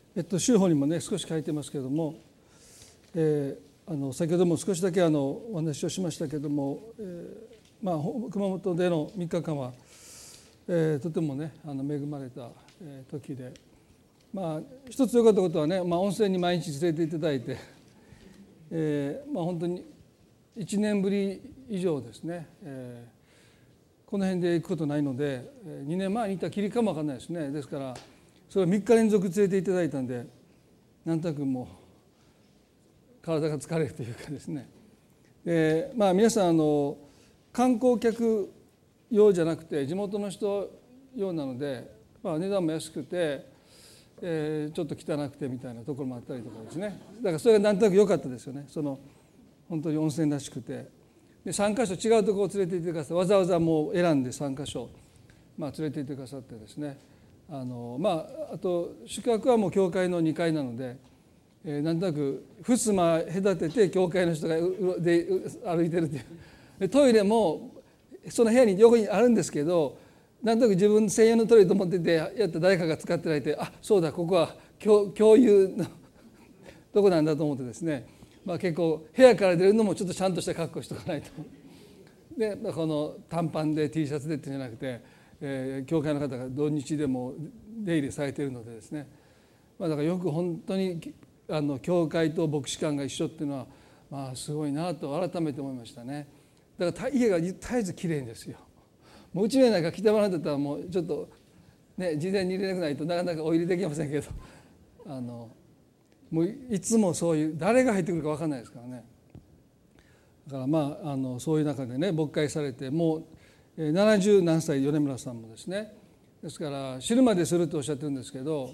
週報にもね少し書いてますけれども、先ほども少しだけお話をしましたけれども、熊本での3日間は、とてもね恵まれた時で、一つ良かったことはね、温泉に毎日連れていただいて、本当に1年ぶり以上ですね、この辺で行くことないので、2年前に行ったきりかもわかんないですね。ですからそれを3日連続連れていただいたんで、なんとなくもう体が疲れるというかですね、皆さん観光客用じゃなくて地元の人用なので、値段も安くて、ちょっと汚くてみたいなところもあったりとかですね。だからそれがなんとなく良かったですよね。本当に温泉らしくて、で3カ所違うところを連れて行ってくださって、わざわざもう選んで3カ所、連れて行ってくださってですね、あと宿泊はもう教会の2階なので、なんとなく襖隔てて教会の人がで歩いてるというで、トイレもその部屋に横にあるんですけど、なんとなく自分専用のトイレと思っててやったら誰かが使ってないて、そうだここは共有のとこなんだと思ってですね、結構部屋から出るのもちょっとちゃんとした格好しておかないと。でこの短パンで T シャツでってんじゃなくて、教会の方が土日でも出入りされているのでですね、だからよく本当に教会と牧師館が一緒っていうのは、すごいなと改めて思いましたね。だから家が絶えずきれいんですよ。もううちのなんか北原だったらもうちょっとね事前に入れなくないとなかなかお入れできませんけど、もういつもそういう誰が入ってくるか分かんないですからね。だからそういう中でね牧会されてもう70何歳米村さんもですね、ですから死ぬまでするとおっしゃってるんですけど、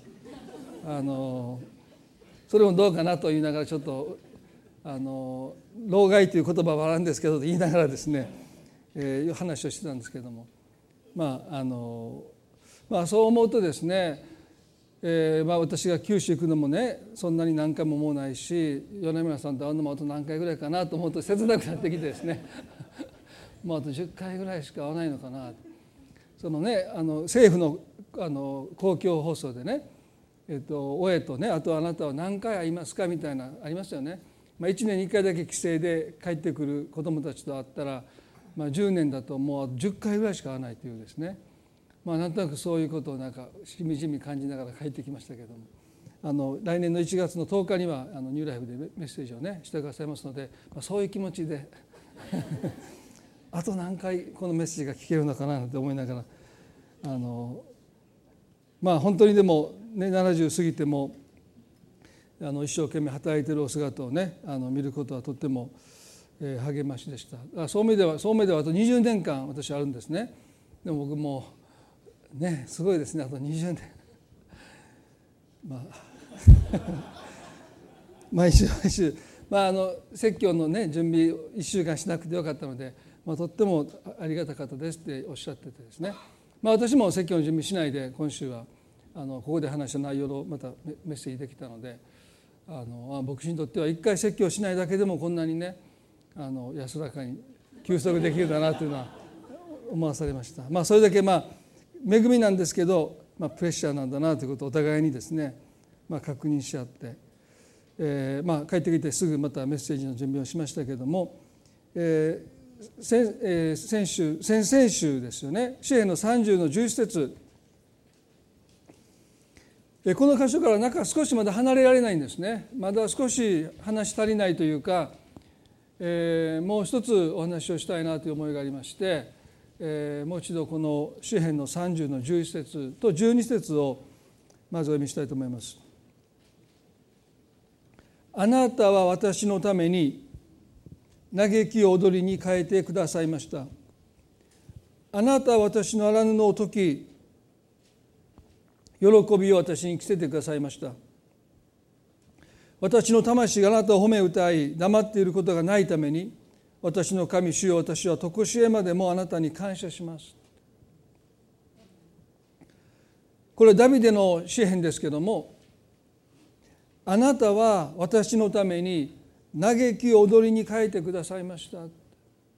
それもどうかなと言いながらちょっと老害という言葉はあるんですけどと言いながらですね、話をしてたんですけども、そう思うとですね、私が九州行くのもねそんなに何回ももうないし、米村さんと会うのもあと何回ぐらいかなと思うと切なくなってきてですねもうあと10回ぐらいしか会わないのかな。政府の公共放送でね、親とね、あとあなたは何回会いますかみたいなありますよね。1年に1回だけ帰省で帰ってくる子どもたちと会ったら、10年だともう10回ぐらいしか会わないというですね、なんとなくそういうことをなんかしみじみ感じながら帰ってきましたけれども、来年の1月の10日にはニューライフでメッセージをねしてくださいますので、そういう気持ちであと何回このメッセージが聞けるのかなと思いながら、本当にでもね70過ぎても一生懸命働いているお姿をね見ることはとっても励ましでした。そういう意味ではあと20年間私あるんですね。でも僕もねすごいですね、あと20年毎週説教のね準備を1週間しなくてよかったので、とってもありがたかったですっておっしゃっててですね、私も説教の準備しないで今週はここで話した内容をまたメッセージできたので、牧師にとっては一回説教しないだけでもこんなにね安らかに休息できるんだなというのは思わされました。それだけ恵みなんですけど、プレッシャーなんだなということをお互いにですね、確認し合って、帰ってきてすぐまたメッセージの準備をしましたけれども、先々週ですよね、詩編の30の11節、この箇所から少しまだ離れられないんですね。まだ少し話し足りないというか、もう一つお話をしたいなという思いがありまして、もう一度この詩編の30の11節と12節をまずお読みしたいと思います。あなたは私のために嘆きを踊りに変えてくださいました。あなたは私の荒布を解き、喜びを私に着せてくださいました。私の魂があなたを褒め歌い、黙っていることがないために、私の神主よ、私は常しえまでもあなたに感謝します。これはダビデの詩編ですけども、あなたは私のために嘆きを踊りに変えてくださいました。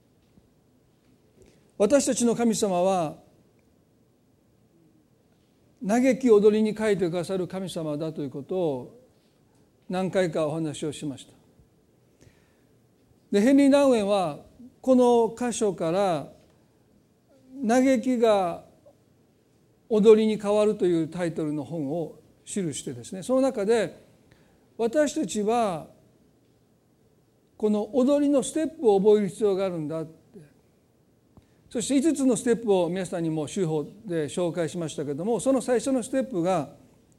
私たちの神様は嘆き踊りに書いてくださる神様だということを何回かお話をしました。でヘンリー・ナウエンはこの箇所から嘆きが踊りに変わるというタイトルの本を記してですね、その中で私たちはこの踊りのステップを覚える必要があるんだって、そして5つのステップを皆さんにも週報で紹介しましたけれども、その最初のステップが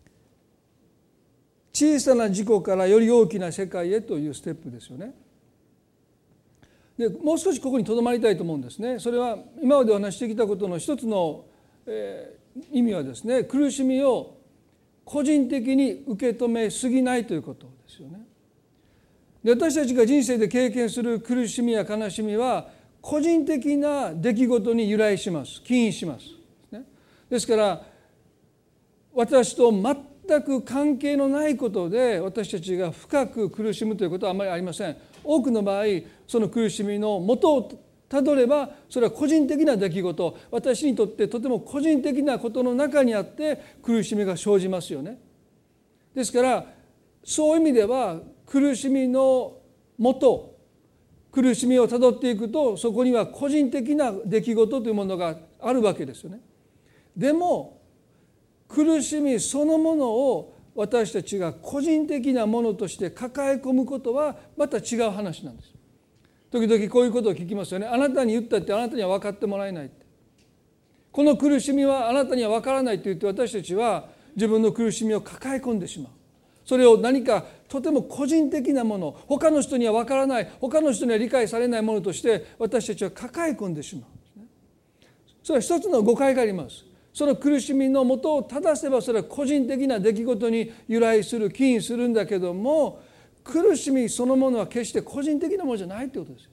小さな自己からより大きな世界へというステップですよね。でもう少しここにとどまりたいと思うんですね。それは今までお話してきたことの一つの、意味はですね、苦しみを個人的に受け止めすぎないということですよね。で私たちが人生で経験する苦しみや悲しみは個人的な出来事に由来します。起因します。ですから私と全く関係のないことで私たちが深く苦しむということはあまりありません。多くの場合その苦しみの元をたどればそれは個人的な出来事、私にとってとても個人的なことの中にあって苦しみが生じますよね。ですからそういう意味では苦しみの元、苦しみをたどっていくとそこには個人的な出来事というものがあるわけですよね。でも苦しみそのものを私たちが個人的なものとして抱え込むことはまた違う話なんです。時々こういうことを聞きますよね。あなたに言ったってあなたには分かってもらえないって、この苦しみはあなたには分からないと言って私たちは自分の苦しみを抱え込んでしまう。それを何かとても個人的なもの、他の人には分からない、他の人には理解されないものとして私たちは抱え込んでしまう。それは一つの誤解があります。その苦しみの元を正せばそれは個人的な出来事に由来する、起因するんだけども、苦しみそのものは決して個人的なものじゃないということですよ。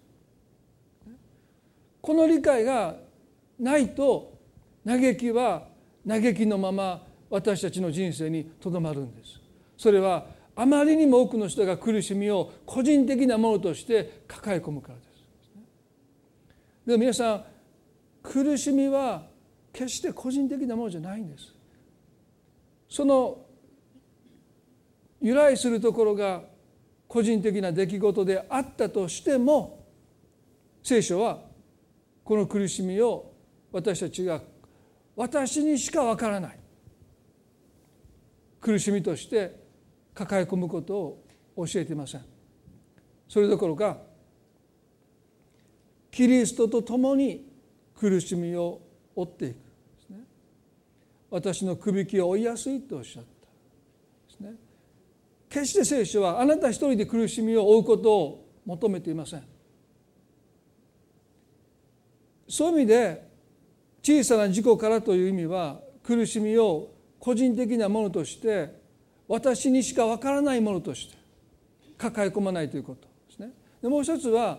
この理解がないと嘆きは嘆きのまま私たちの人生にとどまるんです。それはあまりにも多くの人が苦しみを個人的なものとして抱え込むからです。でも皆さん、苦しみは決して個人的なものじゃないんです。その由来するところが個人的な出来事であったとしても、聖書はこの苦しみを私たちが私にしかわからない苦しみとして抱え込むことを教えていません。それどころかキリストと共に苦しみを負っていくですね。私のくびきを負いやすいとおっしゃったですね。決して聖書はあなた一人で苦しみを負うことを求めていません。そういう意味で小さな自己からという意味は苦しみを個人的なものとして私にしかわからないものとして抱え込まないということですね。でもう一つは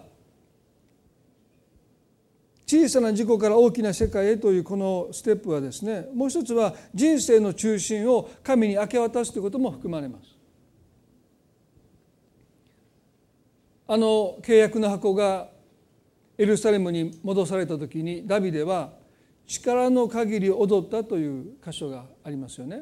小さな自己から大きな世界へというこのステップはですね、もう一つは人生の中心を神に明け渡すということも含まれます。契約の箱がエルサレムに戻された時にダビデは力の限り踊ったという箇所がありますよね。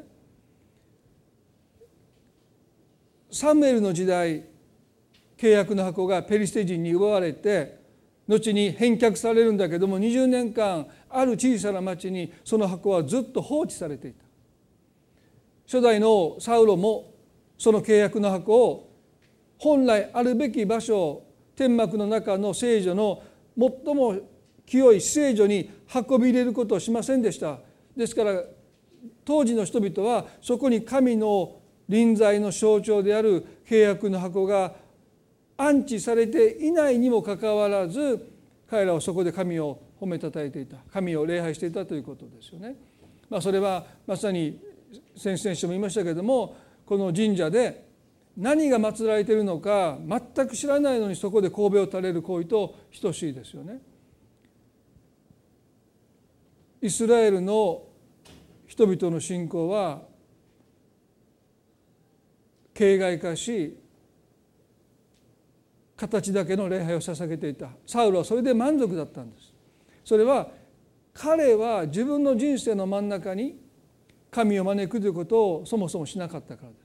サムエルの時代、契約の箱がペリシテ人に奪われて後に返却されるんだけども、20年間ある小さな町にその箱はずっと放置されていた。初代のサウロもその契約の箱を本来あるべき場所、天幕の中の聖所の最も清い聖所に運び入れることをしませんでした。ですから当時の人々はそこに神の臨在の象徴である契約の箱が安置されていないにもかかわらず、彼らはそこで神を褒めたたえていた、神を礼拝していたということですよね。それはまさに先々週も言いましたけれども、この神社で何が祀られているのか全く知らないのにそこで頭を垂れる行為と等しいですよね。イスラエルの人々の信仰は形骸化し、形だけの礼拝を捧げていた。サウルはそれで満足だったんです。それは彼は自分の人生の真ん中に神を招くということをそもそもしなかったからです。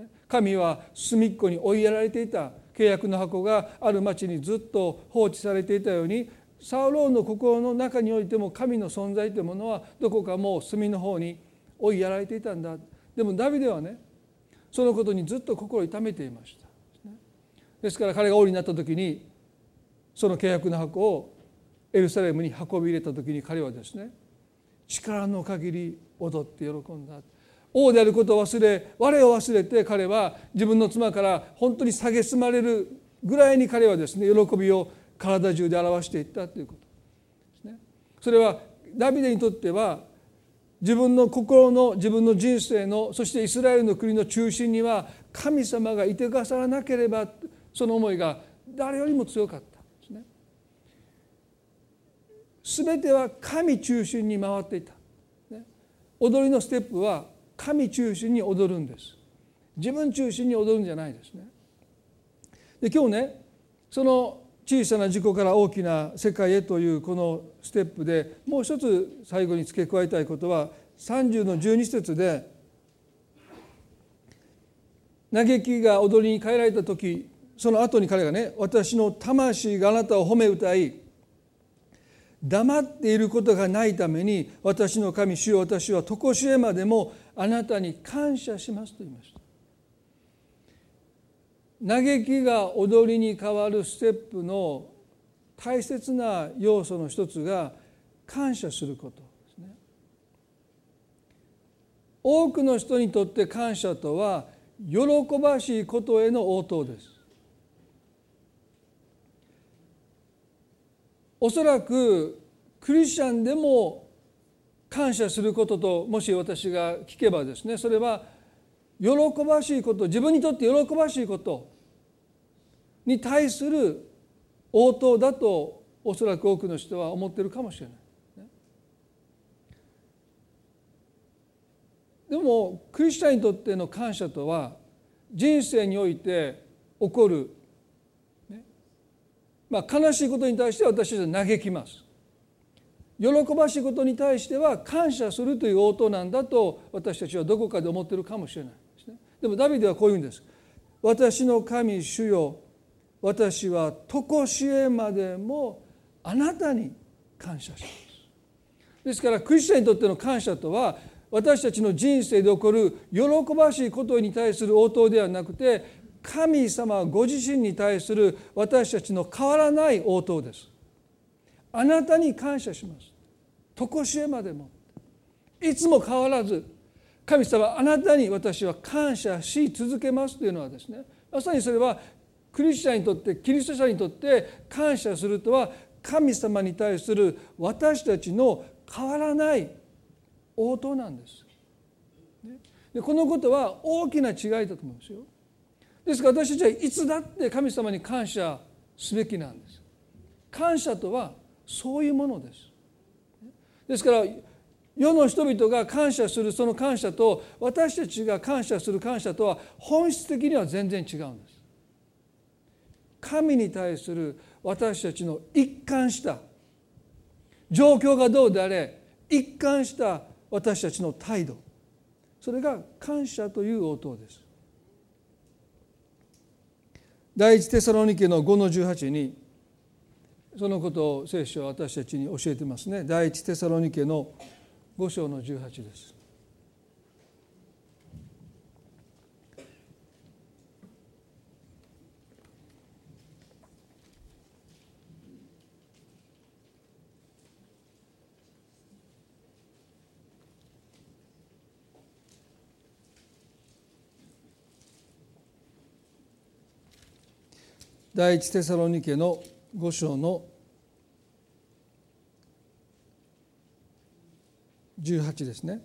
神は隅っこに追いやられていた契約の箱がある町にずっと放置されていたように、サウロの心の中においても神の存在というものはどこかもう隅の方に追いやられていたんだ。でもダビデはね、そのことにずっと心を痛めていました。ですから彼が王になった時に、その契約の箱をエルサレムに運び入れた時に、彼はですね、力の限り踊って喜んだ。王であることを忘れ、我を忘れて、彼は自分の妻から本当に蔑まれるぐらいに彼はですね、喜びを体中で表していったということですね。それはダビデにとっては、自分の心の、自分の人生の、そしてイスラエルの国の中心には神様がいてくださらなければ、その思いが誰よりも強かったですね。すべては神中心に回っていた。踊りのステップは神中心に踊るんです。自分中心に踊るんじゃないですね。で、今日ね、その小さな自己から大きな世界へというこのステップでもう一つ最後に付け加えたいことは、30の12節で、嘆きが踊りに変えられた時、その後に彼がね、私の魂があなたを褒め歌い、黙っていることがないために、私の神主よ、私は常しえまでもあなたに感謝しますと言いました。嘆きが踊りに変わるステップの大切な要素の一つが感謝することですね。多くの人にとって感謝とは喜ばしいことへの応答です。おそらくクリスチャンでも感謝することと、もし私が聞けばですね、それは喜ばしいこと、自分にとって喜ばしいことに対する応答だと、おそらく多くの人は思っているかもしれない。でもクリスチャンにとっての感謝とは、人生において起こる、悲しいことに対して私たちは嘆きます。喜ばしいことに対しては感謝するという応答なんだと、私たちはどこかで思っているかもしれないですね。でもダビデはこう言うんです。私の神主よ、私は常しえまでもあなたに感謝します。ですからクリスチャンにとっての感謝とは、私たちの人生で起こる喜ばしいことに対する応答ではなくて、神様ご自身に対する私たちの変わらない応答です。あなたに感謝します。常しえまでも、いつも変わらず神様あなたに私は感謝し続けますというのはですね、まさにそれはクリスチャンにとって、キリスト者にとって感謝するとは、神様に対する私たちの変わらない応答なんです。で、このことは大きな違いだと思うんですよ。ですから私たちはいつだって神様に感謝すべきなんです。感謝とはそういうものです。ですから世の人々が感謝するその感謝と、私たちが感謝する感謝とは本質的には全然違うんです。神に対する私たちの一貫した状況がどうであれ、一貫した私たちの態度、それが感謝という応答です。第一テサロニケの5の18にそのことを聖書は私たちに教えてますね。第一テサロニケの5章の18です。第一テサロニケの5章の18ですね。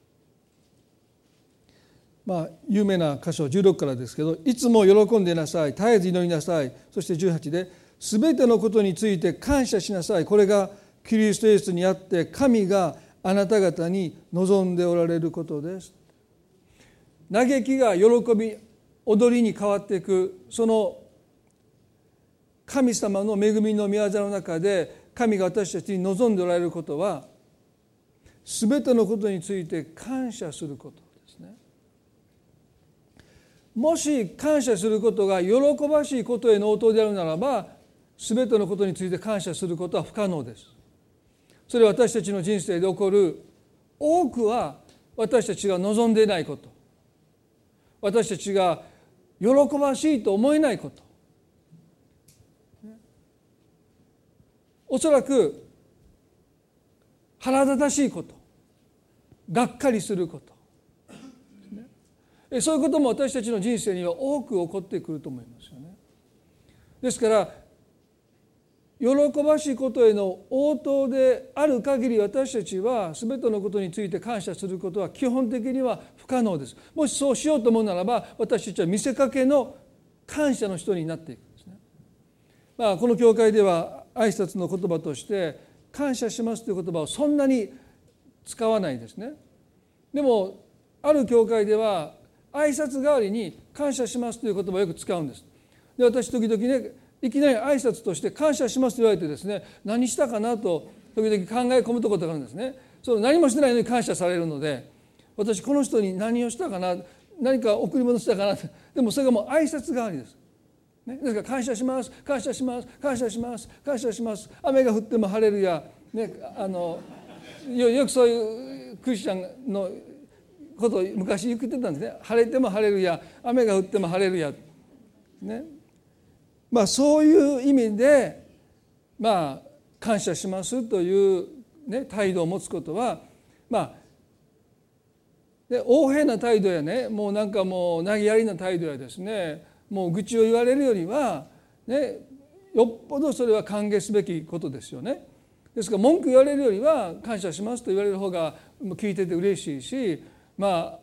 有名な箇所16からですけど、いつも喜んでなさい、絶えず祈りなさい。そして18で、すべてのことについて感謝しなさい。これがキリストイエスにあって神があなた方に望んでおられることです。嘆きが喜び、踊りに変わっていく、その神様の恵みの御業の中で神が私たちに望んでおられることは、 すべてのことについて感謝することですね。もし感謝することが喜ばしいことへの応答であるならば、すべてのことについて感謝することは不可能です。それは私たちの人生で起こる多くは私たちが望んでいないこと、私たちが喜ばしいと思えないこと、おそらく腹立たしいこと、がっかりすること、そういうことも私たちの人生には多く起こってくると思いますよね。ですから喜ばしいことへの応答である限り、私たちはすべてのことについて感謝することは基本的には不可能です。もしそうしようと思うならば、私たちは見せかけの感謝の人になっていくんですね。この教会では挨拶の言葉として感謝しますという言葉をそんなに使わないですね。でもある教会では挨拶代わりに感謝しますという言葉をよく使うんです。で、私時々ね、いきなり挨拶として感謝しますと言われてですね、何したかなと時々考え込むところがあるんですね。その何もしてないのに感謝されるので、私この人に何をしたかな、何か贈り物したかな、でもそれがもう挨拶代わりです、ね、ですから感謝します、感謝します、感謝します、感謝します。雨が降っても晴れるや、ね、よくそういうクリスチャンのことを昔言ってたんですね。晴れても晴れるや、雨が降っても晴れるや、ね、そういう意味で、感謝しますという、ね、態度を持つことは、横柄な態度やね、もう投げやりな態度やですね、もう愚痴を言われるよりは、ね、よっぽどそれは歓迎すべきことですよね。ですから文句言われるよりは感謝しますと言われる方が聞いてて嬉しいし、も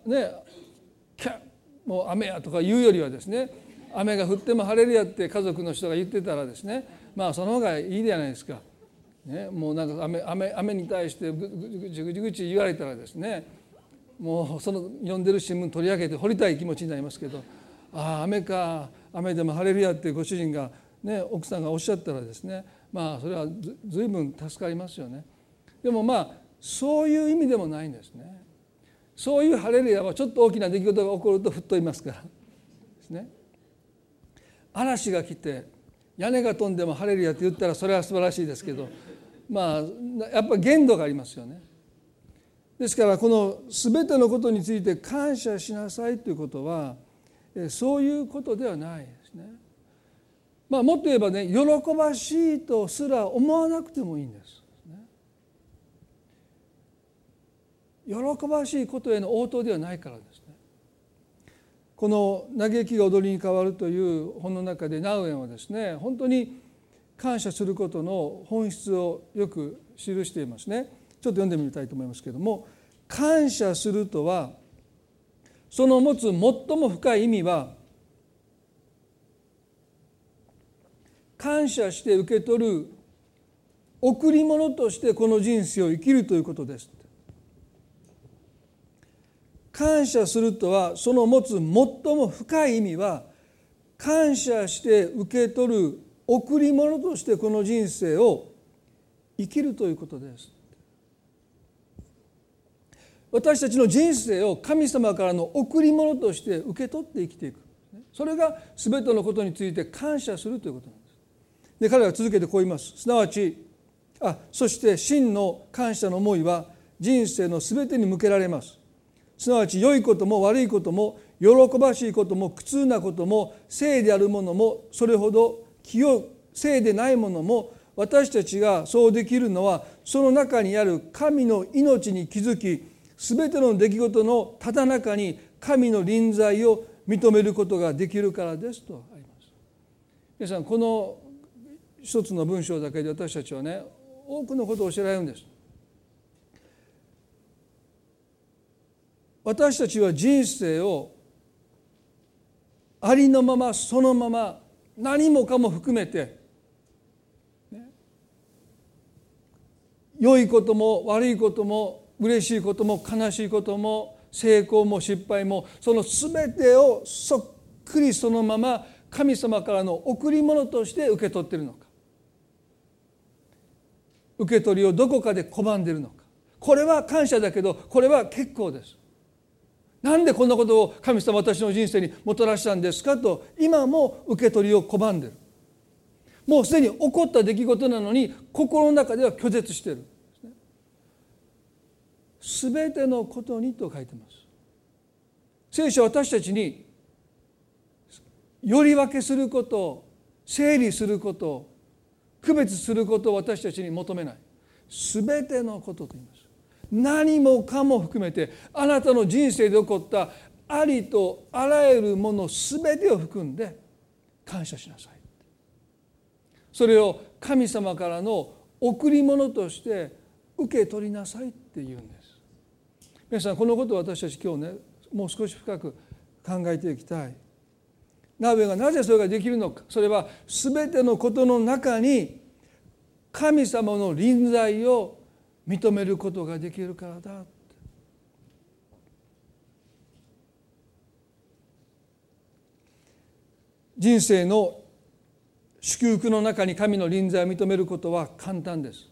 う雨やとか言うよりはですね、雨が降っても晴れるやって家族の人が言ってたらですね、その方がいいじゃないですか、ね、もう雨に対してぐち言われたらですね、もうその読んでる新聞取り上げて掘りたい気持ちになりますけど、雨か、雨でも晴れるやってご主人が、ね、奥さんがおっしゃったらですね、それはずいぶん助かりますよね。でもそういう意味でもないんですね。そういうハレルヤはちょっと大きな出来事が起こると吹っ飛びますからですね。嵐が来て屋根が飛んでもハレルヤって言ったらそれは素晴らしいですけど、やっぱり限度がありますよね。ですからこの全てのことについて感謝しなさいということはそういうことではないですね。もっと言えばね、喜ばしいとすら思わなくてもいいんです。喜ばしいことへの応答ではないからですね。この嘆きが踊りに変わるという本の中でナウエンはですね、本当に感謝することの本質をよく記していますね。ちょっと読んでみたいと思いますけれども、感謝するとはその持つ最も深い意味は、感謝して受け取る贈り物としてこの人生を生きるということです。感謝するとはその持つ最も深い意味は、感謝して受け取る贈り物としてこの人生を生きるということです。私たちの人生を神様からの贈り物として受け取って生きていく、それが全てのことについて感謝するということなんです。で、彼は続けてこう言います。すなわちそして真の感謝の思いは人生の全てに向けられます。すなわち良いことも悪いことも喜ばしいことも苦痛なことも聖であるものもそれほど清い聖でないものも、私たちがそうできるのはその中にある神の命に気づき、全ての出来事のただ中に神の臨在を認めることができるからですとあります。皆さん、この一つの文章だけで私たちはね、多くのことを教えられるんです。私たちは人生をありのままそのまま何もかも含めて、良いことも悪いことも嬉しいことも悲しいことも成功も失敗も、その全てをそっくりそのまま神様からの贈り物として受け取っているのか、受け取りをどこかで拒んでいるのか、 これは感謝だけど、これは結構です。なんでこんなことを神様私の人生にもたらしたんですかと、今も受け取りを拒んでいる。もうすでに起こった出来事なのに心の中では拒絶している。すべてのことにと書いてます。聖書は私たちにより分けすること、整理すること、区別することを私たちに求めない。すべてのことと言います。何もかも含めて、あなたの人生で起こったありとあらゆるものすべてを含んで感謝しなさい。それを神様からの贈り物として受け取りなさいって言うんです。皆さん、このことを私たち今日ね、もう少し深く考えていきたい。ナウエがなぜそれができるのか。それはすべてのことの中に神様の臨在を認めることができるからだ。人生の祝福の中に神の臨在を認めることは簡単です。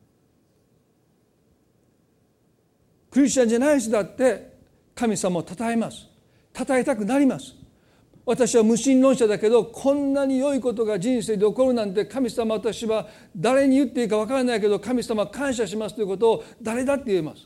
クリスチャンじゃない人だって神様を称えます。称えたくなります。私は無神論者だけど、こんなに良いことが人生で起こるなんて、神様、私は誰に言っていいか分からないけど神様感謝しますということを誰だって言えます。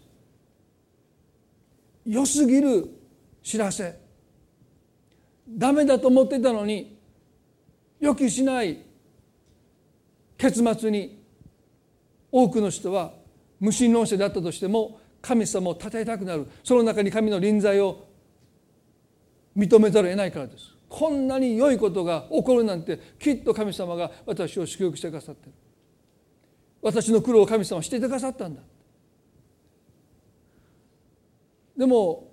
良すぎる知らせ。ダメだと思ってたのに予期しない結末に、多くの人は無神論者だったとしても神様を称えたくなる。その中に神の臨在を認めざるを得ないからです。こんなに良いことが起こるなんて、きっと神様が私を祝福してくださっている。私の苦労を神様はしていてくださったんだ。でも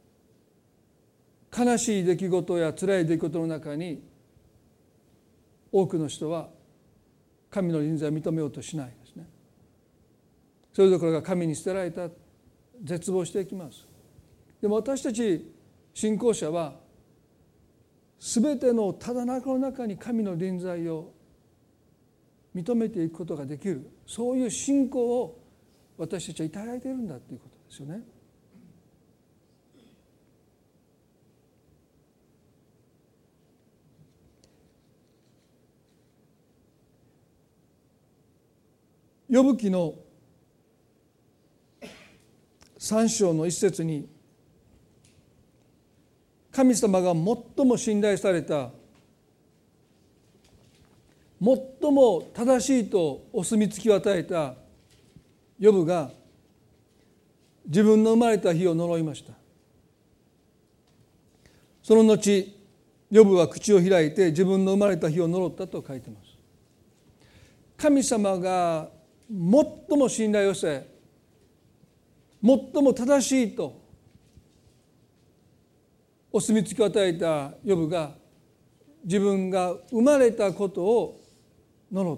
悲しい出来事や辛い出来事の中に、多くの人は神の臨在を認めようとしないですね。それどころが神に捨てられた、絶望していきます。でも私たち信仰者は、すべてのただ中の中に神の臨在を認めていくことができる、そういう信仰を私たちはいただいているんだということですよね。ヨブ記の3章の一節に、神様が最も信頼された、最も正しいとお墨付きを与えたヨブが自分の生まれた日を呪いました。その後ヨブは口を開いて自分の生まれた日を呪ったと書いています。神様が最も信頼をせ、最も正しいとお墨付きを与えたヨブが自分が生まれたことを呪った。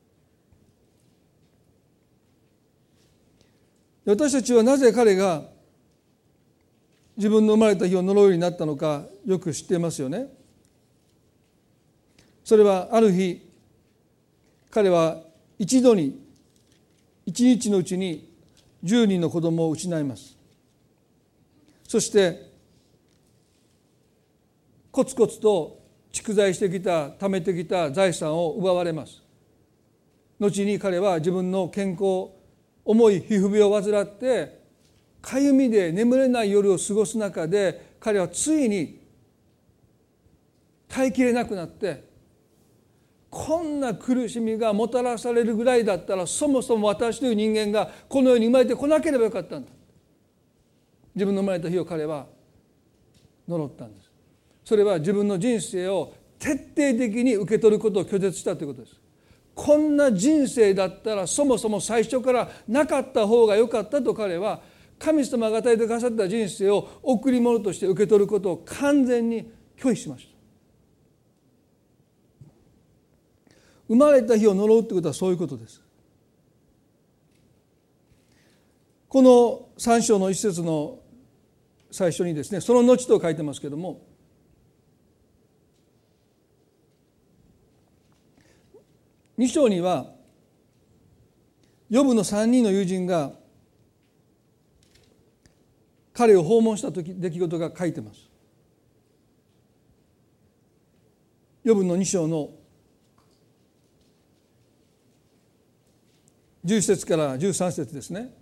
私たちはなぜ彼が自分の生まれた日を呪うようになったのかよく知っていますよね。それはある日、彼は一度に一日のうちに10人の子供を失います。そしてコツコツと蓄財してきた、貯めてきた財産を奪われます。後に彼は自分の健康、重い皮膚病を患ってかゆみで眠れない夜を過ごす中で、彼はついに耐えきれなくなって、こんな苦しみがもたらされるぐらいだったら、そもそも私という人間がこの世に生まれてこなければよかったんだ。自分の生まれた日を彼は呪ったんです。それは自分の人生を徹底的に受け取ることを拒絶したということです。こんな人生だったらそもそも最初からなかった方が良かったと、彼は神様が与えてくださった人生を贈り物として受け取ることを完全に拒否しました。生まれた日を呪うということはそういうことです。この3章の一節の最初にですね、その後と書いてますけども、2章にはヨブの3人の友人が彼を訪問した出来事が書いてます。ヨブの2章の10節から13節ですね。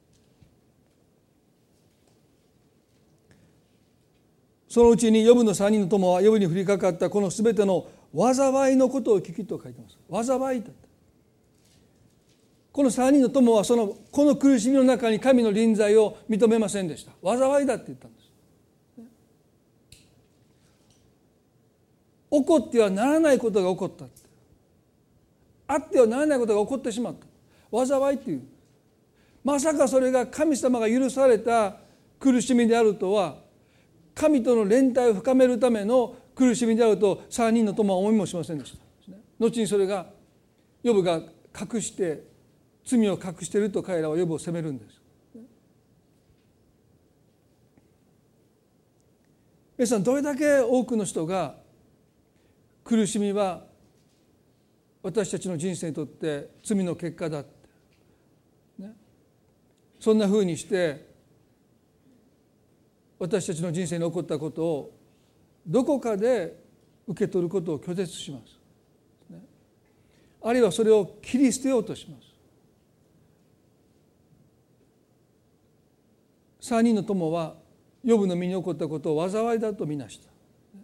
そのうちにヨブの3人の友はヨブに降りかかったこのすべての災いのことを聞きと書いてます。災いだった。この3人の友はこの苦しみの中に神の臨在を認めませんでした。災いだって言ったんです。起こってはならないことが起こった。あってはならないことが起こってしまった。災いっていう。まさかそれが神様が許された苦しみであるとは、神との連帯を深めるための苦しみであると3人の友は思いもしませんでした。後にそれがヨブが隠して罪を隠していると彼らはヨブを責めるんです。皆さん、どれだけ多くの人が苦しみは私たちの人生にとって罪の結果だって、ね、そんなふうにして私たちの人生に起こったことをどこかで受け取ることを拒絶します、ね、あるいはそれを切り捨てようとします。3人の友はヨブの身に起こったことを災いだとみなした。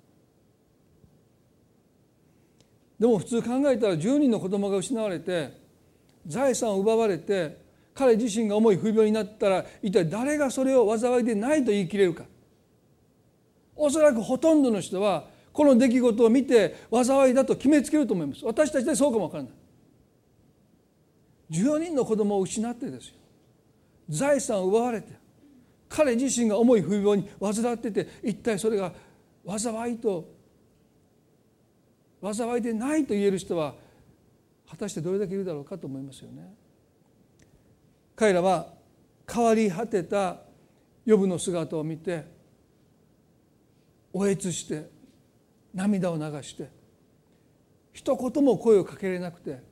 でも普通考えたら10人の子供が失われて財産を奪われて彼自身が重い不病になったら一体誰がそれを災いでないと言い切れるか。おそらくほとんどの人はこの出来事を見て災いだと決めつけると思います。私たちでそうかもわからない。10人の子供を失ってですよ、財産を奪われて彼自身が重い不病に患ってて、一体それが災いでないと言える人は果たしてどれだけいるだろうかと思いますよね。彼らは変わり果てたヨブの姿を見ておえつして涙を流して一言も声をかけれなくて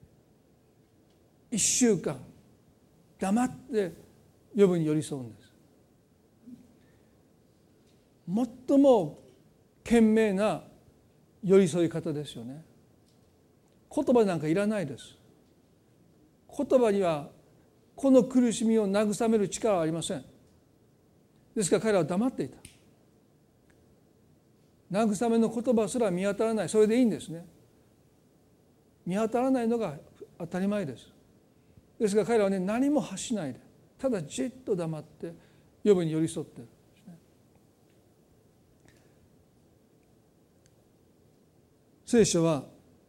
1週間黙ってヨブに寄り添うんです。最も賢明な寄り添い方ですよね。言葉なんかいらないです。言葉にはこの苦しみを慰める力はありません。ですから彼らは黙っていた。慰めの言葉すら見当たらない。それでいいんですね。見当たらないのが当たり前です。ですが彼らはね、何も発しないでただじっと黙ってヨブに寄り添っている。聖書は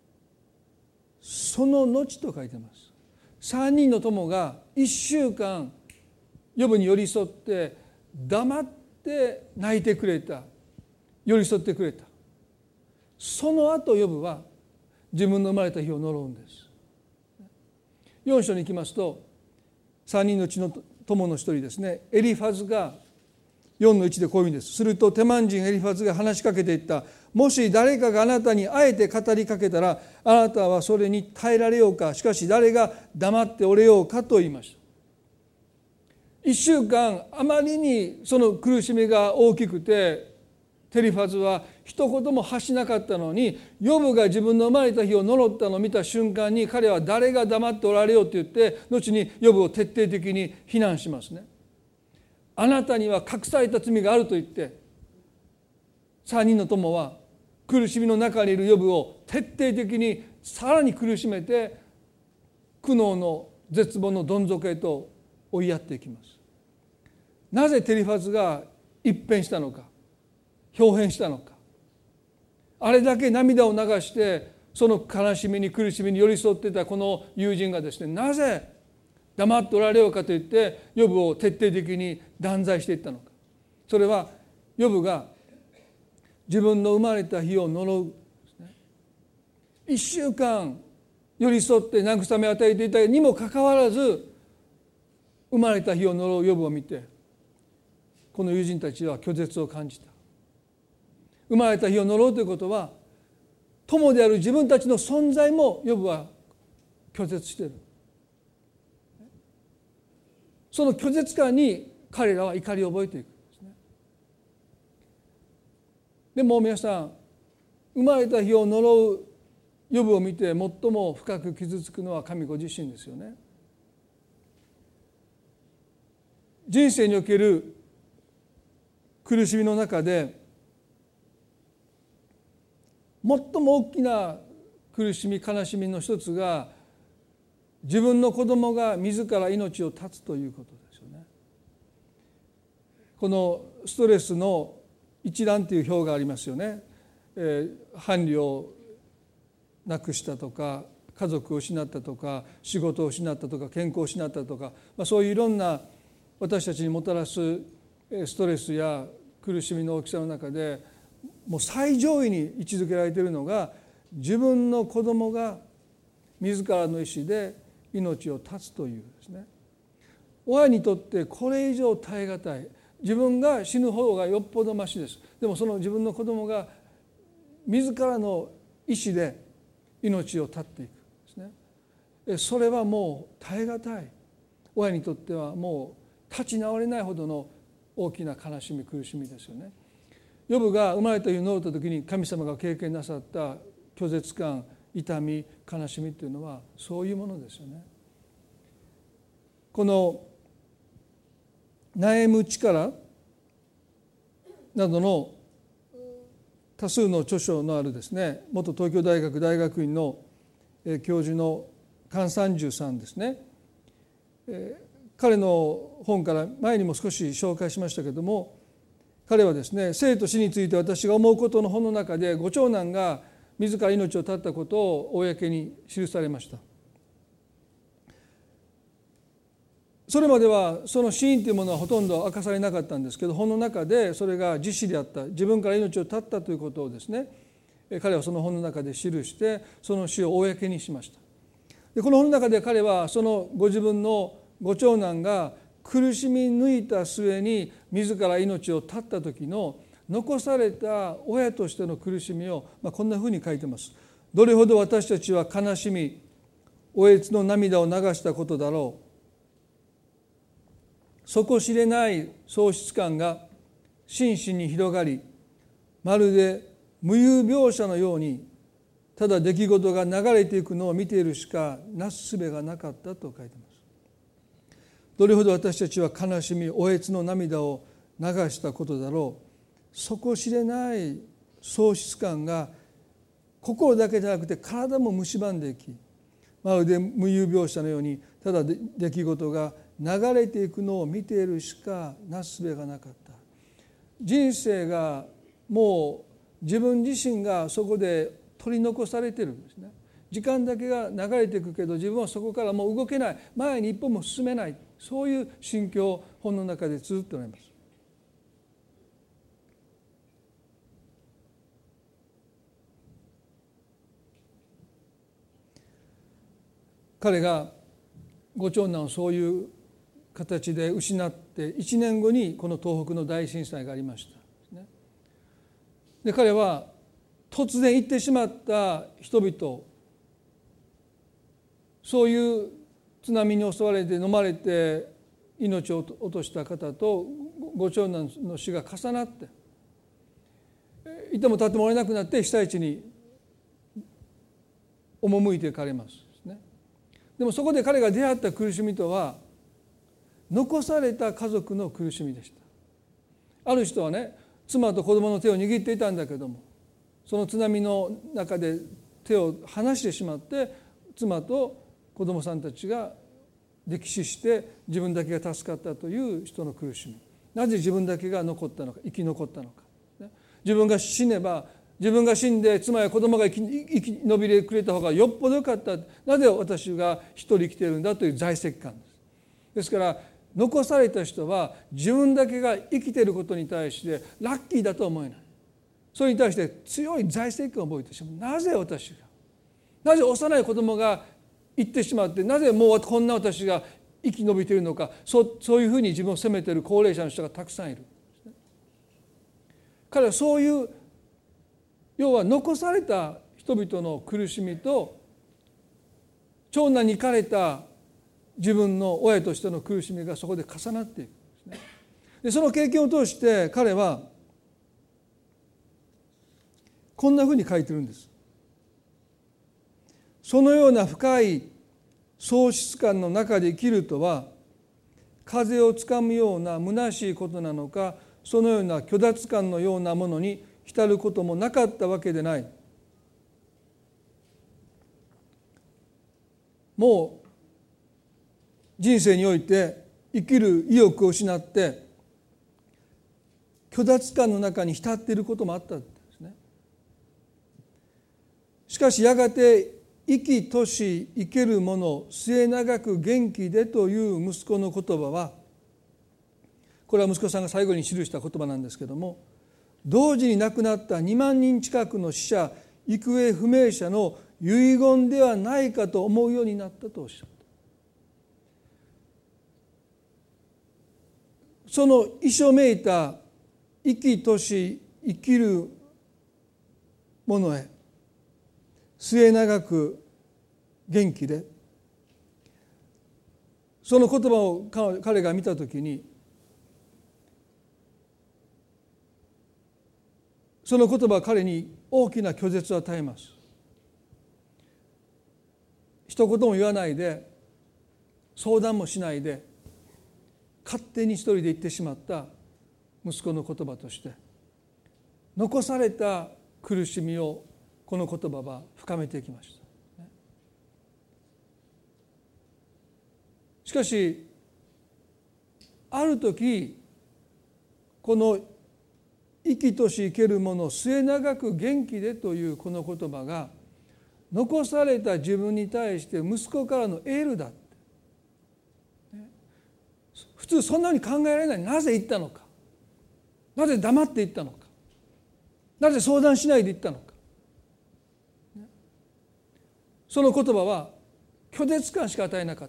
その後と書いてます。3人の友が1週間ヨブに寄り添って黙って泣いてくれた、寄り添ってくれた。その後ヨブは自分の生まれた日を呪うんです。4章に行きますと3人のうちの友の一人ですね、エリファズが4の1でこういう意味です。するとテマン人エリファズが話しかけていった。もし誰かがあなたにあえて語りかけたらあなたはそれに耐えられようか。しかし誰が黙っておれようかと言いました。1週間あまりにその苦しみが大きくてエリファズは一言も発しなかったのに、ヨブが自分の生まれた日を呪ったのを見た瞬間に彼は誰が黙っておられようと言って後にヨブを徹底的に非難しますね。あなたには隠された罪があると言って3人の友は苦しみの中にいるヨブを徹底的にさらに苦しめて苦悩の絶望のどん底へと追いやっていきます。なぜエリファズが一変したのか、表変したのか、あれだけ涙を流してその悲しみに苦しみに寄り添っていたこの友人がですね、なぜ黙っておられようかと言ってヨブを徹底的に断罪していったのか。それはヨブが自分の生まれた日を呪う、1週間寄り添って慰めを与えていたにもかかわらず生まれた日を呪うヨブを見てこの友人たちは拒絶を感じた。生まれた日を呪うということは友である自分たちの存在もヨブは拒絶している。その拒絶感に彼らは怒りを覚えていくんですね。でも皆さん、生まれた日を呪うヨブを見て最も深く傷つくのは神ご自身ですよね。人生における苦しみの中で最も大きな苦しみ悲しみの一つが、自分の子供が自ら命を絶つということですよね。このストレスの一覧という表がありますよね。伴侶を亡くしたとか、家族を失ったとか、仕事を失ったとか、健康を失ったとか、そういういろんな私たちにもたらすストレスや苦しみの大きさの中で、もう最上位に位置づけられているのが、自分の子供が自らの意思で命を絶つというですね。親にとってこれ以上耐え難い、自分が死ぬ方がよっぽどましです。でもその自分の子供が自らの意思で命を絶っていくですね。それはもう耐え難い、親にとってはもう立ち直れないほどの大きな悲しみ苦しみですよね。ヨブが生まれた日に呪った時に神様が経験なさった拒絶感、痛み、悲しみというのはそういうものですよね。この悩む力などの多数の著書のあるですね、元東京大学大学院の教授の菅三十さんですね、彼の本から前にも少し紹介しましたけれども、彼はですね、生と死について私が思うことの本の中で、ご長男が自ら命を絶ったことを公に記されました。それまではその死因というものはほとんど明かされなかったんですけど、本の中でそれが自死であった、自分から命を絶ったということをですね、彼はその本の中で記して、その死を公にしました。でこの本の中で彼はそのご自分のご長男が苦しみ抜いた末に自ら命を絶った時の残された親としての苦しみを、こんなふうに書いてます。どれほど私たちは悲しみ、おえつの涙を流したことだろう。底知れない喪失感が心身に広がり、まるで無有描写のようにただ出来事が流れていくのを見ているしかなすすべがなかったと書いてます。どれほど私たちは悲しみ、おえつの涙を流したことだろう。底知れない喪失感が心だけでなくて体も蝕んでいき、まるで無有描写のようにただ出来事が流れていくのを見ているしかなすすべがなかった。人生がもう自分自身がそこで取り残されているんですね。時間だけが流れていくけど、自分はそこからもう動けない、前に一歩も進めない、そういう心境を本の中で綴っております。彼がご長男をそういう形で失って1年後にこの東北の大震災がありました。で彼は突然行ってしまった人々、そういう津波に襲われて飲まれて命を落とした方とご長男の死が重なって、いても立ってもらえなくなって被災地に赴いていかれます。でもそこで彼が出会った苦しみとは、残された家族の苦しみでした。ある人はね、妻と子供の手を握っていたんだけども、その津波の中で手を離してしまって、妻と子供さんたちが溺死して自分だけが助かったという人の苦しみ。なぜ自分だけが残ったのか、生き残ったのか。自分が死ねば、自分が死んで妻や子供が生き延びてくれた方がよっぽどよかった。なぜ私が一人生きているんだという在籍感です。ですから残された人は自分だけが生きていることに対してラッキーだと思えない。それに対して強い在籍感を覚えてしまう。なぜ私が、なぜ幼い子供が行ってしまって、なぜもうこんな私が生き延びているのか、そういうふうに自分を責めている高齢者の人がたくさんいる。彼はそういう要は残された人々の苦しみと長男に行かれた自分の親としての苦しみがそこで重なっていくんですね。 でその経験を通して彼はこんなふうに書いてるんです。そのような深い喪失感の中で生きるとは、風をつかむような虚しいことなのか、そのような虚脱感のようなものに浸ることもなかったわけでない。もう人生において生きる意欲を失って虚脱感の中に浸っていることもあったんですね。しかしやがて生きとし生けるもの末永く元気でという息子の言葉は、これは息子さんが最後に記した言葉なんですけども、同時に亡くなった2万人近くの死者行方不明者の遺言ではないかと思うようになったとおっしゃった。その遺書めいた生きとし生きるものへ末永く元気で、その言葉を彼が見たときに、その言葉は彼に大きな拒絶を与えます。一言も言わないで、相談もしないで、勝手に一人で言ってしまった息子の言葉として、残された苦しみをこの言葉は深めていきました。しかしある時、この生きとし生けるもの末永く元気でというこの言葉が、残された自分に対して息子からのエールだ。普通そんなふうに考えられない。なぜ言ったのか、なぜ黙って言ったのか、なぜ相談しないで言ったのか。その言葉は拒絶感しか与えなかった。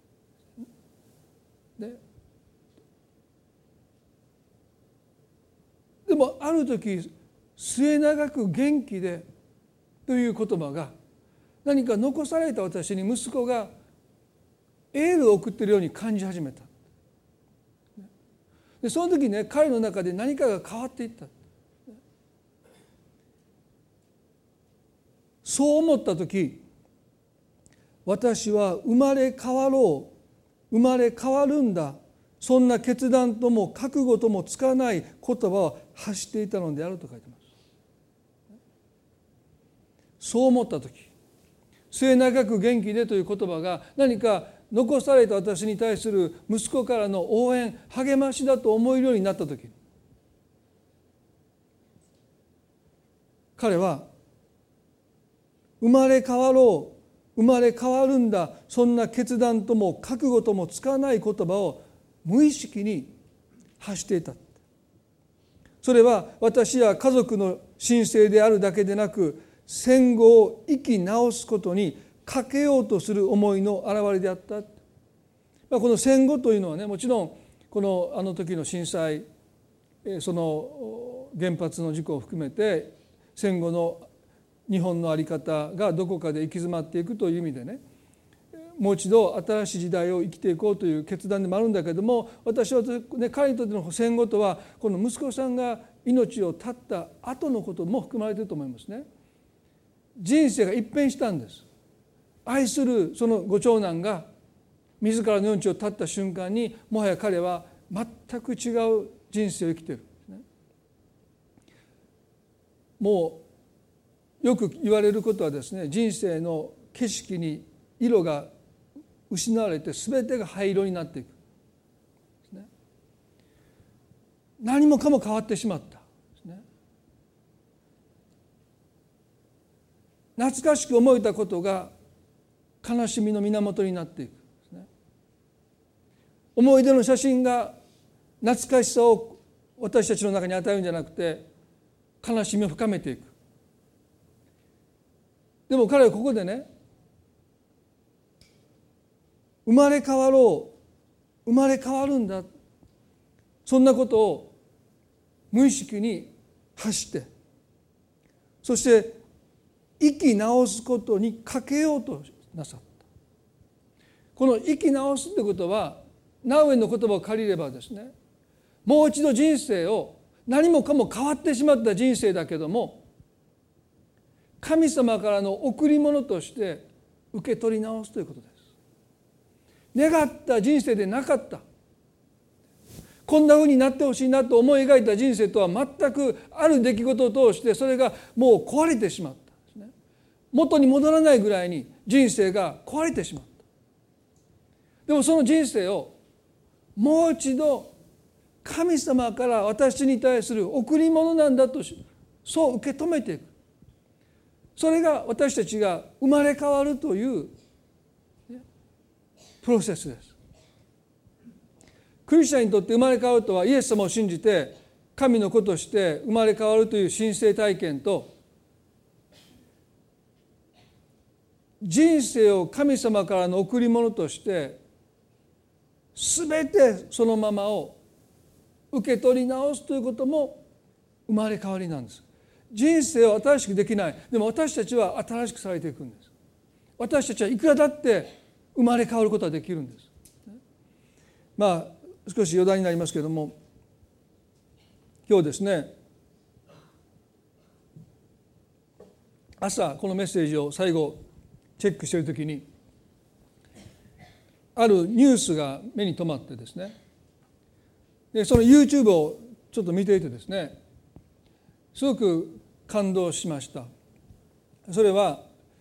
でもある時、末永く元気でという言葉が、何か残された私に息子がエールを送っているように感じ始めた。でその時ね、彼の中で何かが変わっていった。そう思った時、私は生まれ変わろう、生まれ変わるんだ、そんな決断とも覚悟ともつかない言葉を発していたのであると書いてます。そう思った時、末永く元気でという言葉が何か残された私に対する息子からの応援、励ましだと思えるようになった時、彼は生まれ変わろう、生まれ変わるんだ、そんな決断とも覚悟ともつかない言葉を無意識に発していた。それは私や家族の新生であるだけでなく、戦後を生き直すことにかけようとする思いの表れであった。この戦後というのはね、もちろんこのあの時の震災、その原発の事故を含めて戦後の日本の在り方がどこかで行き詰まっていくという意味でね、もう一度新しい時代を生きていこうという決断でもあるんだけども、私は、ね、彼にとっての戦後とはこの息子さんが命を絶った後のことも含まれていると思いますね。人生が一変したんです。愛するそのご長男が自らの命を絶った瞬間に、もはや彼は全く違う人生を生きている。もうよく言われることはですね、人生の景色に色が失われて全てが灰色になっていく。何もかも変わってしまった。懐かしく思えたことが悲しみの源になっていく。思い出の写真が懐かしさを私たちの中に与えるんじゃなくて、悲しみを深めていく。でも彼はここでね、生まれ変わろう、生まれ変わるんだ、そんなことを無意識に発して、そして生き直すことにかけようとなさった。この生き直すということは、ナウエの言葉を借りればですね、 もう一度人生を、何もかも変わってしまった人生だけども、神様からの贈り物として受け取り直すということです。願った人生でなかった、こんな風になってほしいなと思い描いた人生とは全くある出来事を通して、それがもう壊れてしまったんですね。元に戻らないぐらいに人生が壊れてしまった。でもその人生をもう一度神様から私に対する贈り物なんだと、そう受け止めていく。それが私たちが生まれ変わるというプロセスです。クリスチャンにとって生まれ変わるとは、イエス様を信じて神の子として生まれ変わるという神聖体験と、人生を神様からの贈り物として全てそのままを受け取り直すということも生まれ変わりなんです。人生を新しくできない。でも私たちは新しくされていくんです。私たちはいくらだって生まれ変わることができるんです。少し余談になりますけれども、今日ですね、朝このメッセージを最後チェックしているときに、あるニュースが目に留まってですね、でその YouTube をちょっと見ていてですね、すごく感動しました。それは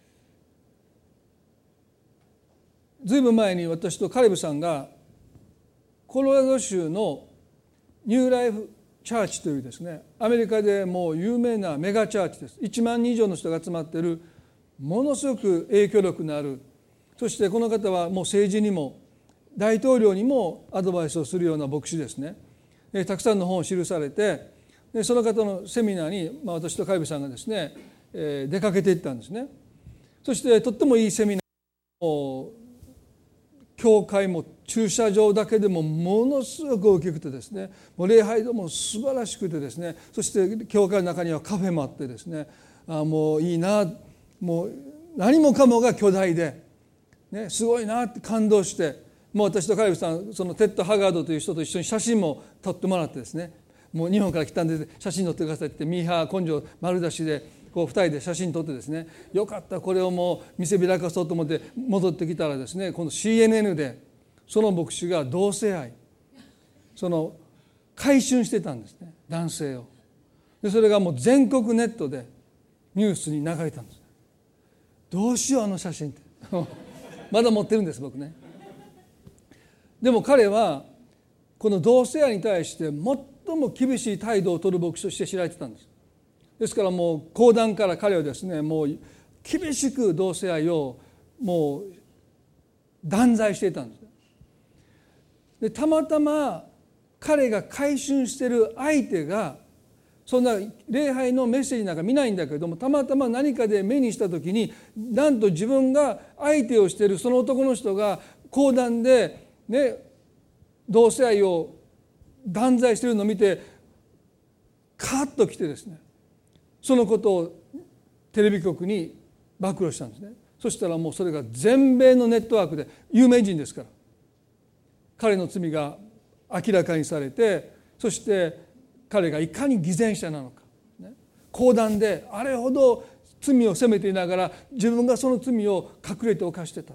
ずいぶん前に私とカレブさんがコロラド州のニューライフチャーチというですね、アメリカでもう有名なメガチャーチです。1万人以上の人が集まっている、ものすごく影響力のある、そしてこの方はもう政治にも大統領にもアドバイスをするような牧師ですね。たくさんの本を記されて、その方のセミナーに、私とカイブさんがですね、出かけていったんですね。そしてとってもいいセミナー、教会も駐車場だけでもものすごく大きくてですね、もう礼拝堂も素晴らしくてですね、そして教会の中にはカフェもあってですね、もういいな、もう何もかもが巨大で、すごいなって感動して、もう私とカレブさん、そのテッド・ハガードという人と一緒に写真も撮ってもらってですね、もう日本から来たんで写真撮ってくださいってミーハー根性丸出しでこう2人で写真撮ってですね、よかったこれをもう見せびらかそうと思って戻ってきたらですね、今度 CNN でその牧師が同性愛、その買春してたんですね、男性を。でそれがもう全国ネットでニュースに流れたんです。どうしようあの写真ってまだ持ってるんです僕ね。でも彼はこの同性愛に対して最も厳しい態度を取る牧師として知られてたんです。ですからもう講談から彼はですね、もう厳しく同性愛をもう断罪していたんです。でたまたま彼が買春している相手が、そんな礼拝のメッセージなんか見ないんだけれども、たまたま何かで目にした時に、なんと自分が相手をしているその男の人が講談でね、同性愛を断罪しているのを見てカーッと来てですね、そのことをテレビ局に暴露したんですね。そしたらもうそれが全米のネットワークで、有名人ですから彼の罪が明らかにされて、そして彼がいかに偽善者なのか、講談であれほど罪を責めていながら自分がその罪を隠れて犯してた。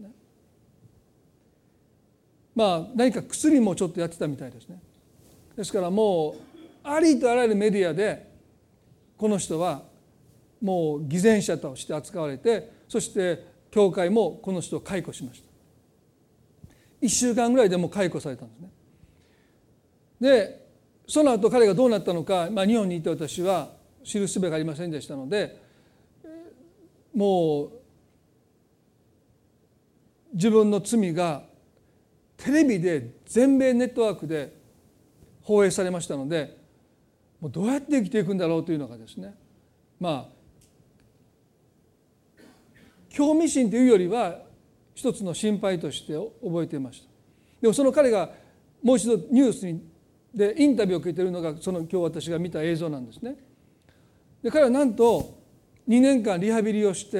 何か薬もちょっとやってたみたいですね。ですからもうありとあらゆるメディアでこの人はもう偽善者として扱われて、そして教会もこの人を解雇しました。1週間ぐらいでもう解雇されたんですね。でその後彼がどうなったのか、日本にいて私は知る術がありませんでしたので、もう自分の罪がテレビで全米ネットワークで放映されましたので、もうどうやって生きていくんだろうというのがですね、興味心というよりは一つの心配として覚えていました。でもその彼がもう一度ニュースでインタビューを受けているのがその今日私が見た映像なんですね。で彼はなんと2年間リハビリをして、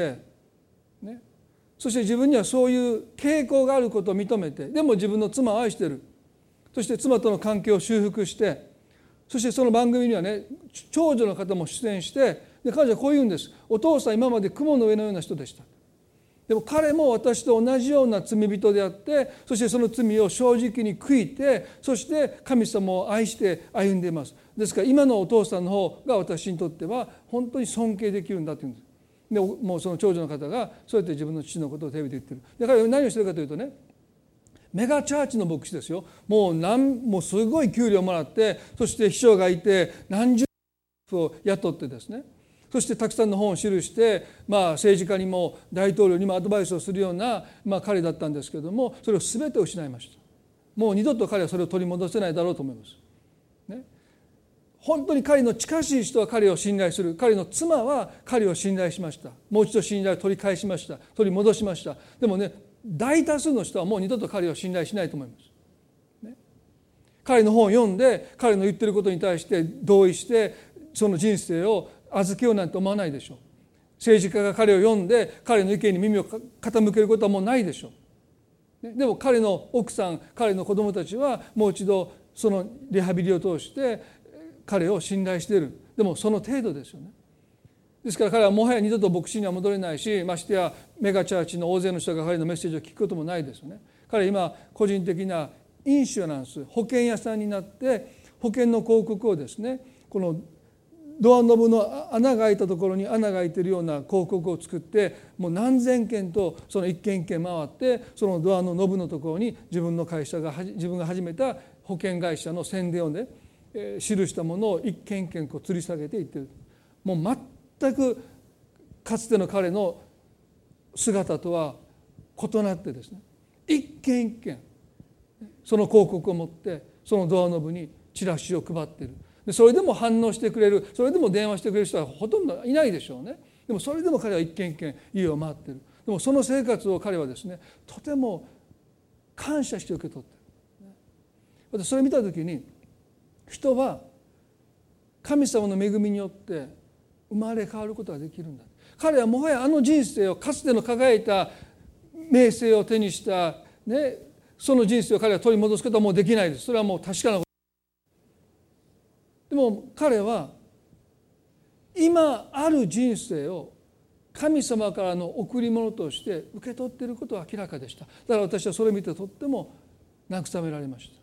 そして自分にはそういう傾向があることを認めて、でも自分の妻を愛しているそして妻との関係を修復して、そしてその番組にはね、長女の方も出演して、で彼女はこう言うんです。お父さん今まで雲の上のような人でした。でも彼も私と同じような罪人であって、そしてその罪を正直に悔いて、そして神様を愛して歩んでいます。ですから今のお父さんの方が私にとっては本当に尊敬できるんだというんです。でもうその長女の方がそうやって自分の父のことをテレビで言ってる。だから何をしてるかというとね、メガチャーチの牧師ですよ。もうすごい給料もらって、そして秘書がいて何十人を雇ってですね、そしてたくさんの本を記して、政治家にも大統領にもアドバイスをするような、彼だったんですけれども、それを全て失いました。もう二度と彼はそれを取り戻せないだろうと思います、ね、本当に彼の近しい人は彼を信頼する。彼の妻は彼を信頼しました。もう一度信頼を取り返しました。取り戻しました。でもね、大多数の人はもう二度と彼を信頼しないと思います、ね、彼の本を読んで彼の言ってることに対して同意してその人生を預けようなんて思わないでしょう。政治家が彼を読んで彼の意見に耳を傾けることはもうないでしょう。でも彼の奥さん、彼の子供たちはもう一度そのリハビリを通して彼を信頼している。でもその程度ですよね。ですから彼はもはや二度と牧師には戻れないし、ましてやメガチャーチの大勢の人が彼のメッセージを聞くこともないですよね。彼は今個人的なインシュランス、保険屋さんになって保険の広告をですね、このドアノブの穴が開いたところに穴が開いているような広告を作って、もう何千件とその一軒一軒回って、そのドアのノブのところに自分が始めた保険会社の宣伝をね、記したものを一軒一軒吊り下げていってる。もう全くかつての彼の姿とは異なってですね、一軒一軒その広告を持ってそのドアノブにチラシを配っている。でそれでも反応してくれる、それでも電話してくれる人はほとんどいないでしょうね。でもそれでも彼は一軒一軒家を回っている。でもその生活を彼はですね、とても感謝して受け取っている。私それを見た時に、人は神様の恵みによって生まれ変わることができるんだ。彼はもはやあの人生を、かつての輝いた名声を手にした、ね、その人生を彼は取り戻すことはもうできないです。それはもう確かなこと。でも彼は今ある人生を神様からの贈り物として受け取っていることは明らかでした。だから私はそれを見てとっても慰められました。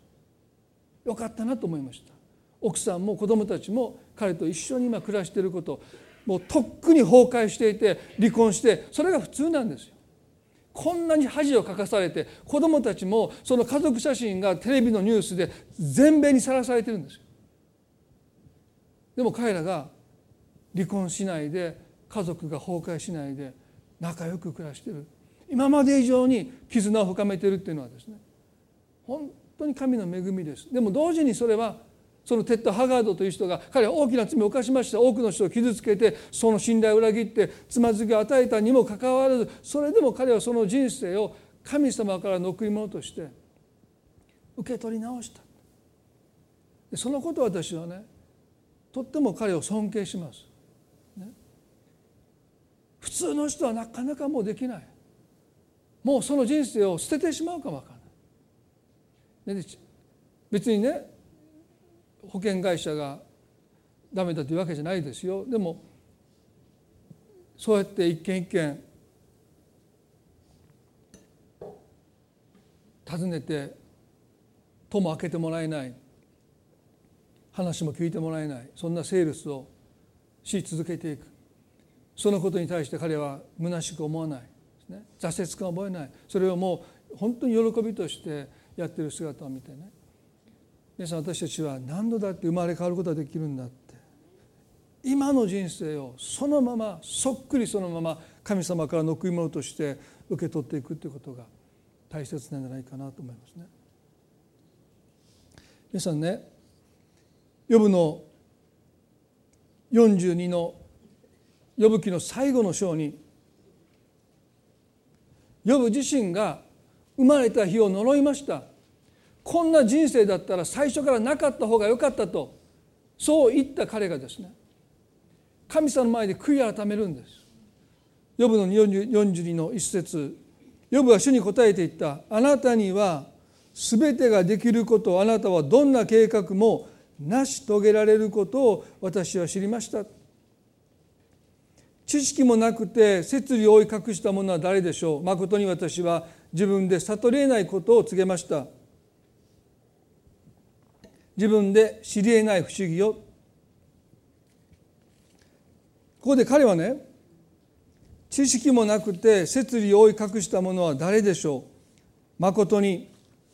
よかったなと思いました。奥さんも子供たちも彼と一緒に今暮らしていること、もうとっくに崩壊していて離婚して、それが普通なんですよ。こんなに恥をかかされて、子供たちもその家族写真がテレビのニュースで全米にさらされてるんですよ。でも彼らが離婚しないで、家族が崩壊しないで仲良く暮らしている、今まで以上に絆を深めているっていうのはですね、本当に神の恵みです。でも同時にそれは、そのテッド・ハガードという人が、彼は大きな罪を犯しました。多くの人を傷つけて、その信頼を裏切ってつまずきを与えたにもかかわらず、それでも彼はその人生を神様からの贈り物として受け取り直した。そのことを私はね、とっても彼を尊敬します、ね、普通の人はなかなかもうできない。もうその人生を捨ててしまうかもわからない。で別にね、保険会社がダメだというわけじゃないですよ。でもそうやって一軒一軒訪ねて戸も開けてもらえない、話も聞いてもらえない、そんなセールスをし続けていく。そのことに対して彼は虚しく思わないですね。挫折感を覚えない。それをもう本当に喜びとしてやっている姿を見てね、皆さん、私たちは何度だって生まれ変わることができるんだって、今の人生をそのまま、そっくりそのまま神様からの贈り物として受け取っていくということが大切なんじゃないかなと思いますね。皆さんね、ヨブの42のヨブ記の最後の章に、ヨブ自身が生まれた日を呪いました。こんな人生だったら最初からなかった方が良かったと、そう言った彼がですね、神様の前で悔い改めるんです。ヨブの42の一節、ヨブは主に答えて言った。あなたにはすべてができることをあなたはどんな計画も成し遂げられることを私は知りました。知識もなくて摂理を覆い隠した者は誰でしょう。誠に私は自分で悟り得ないことを告げました。自分で知り得ない不思議よ。ここで彼はね、知識もなくて摂理を覆い隠した者は誰でしょう。誠に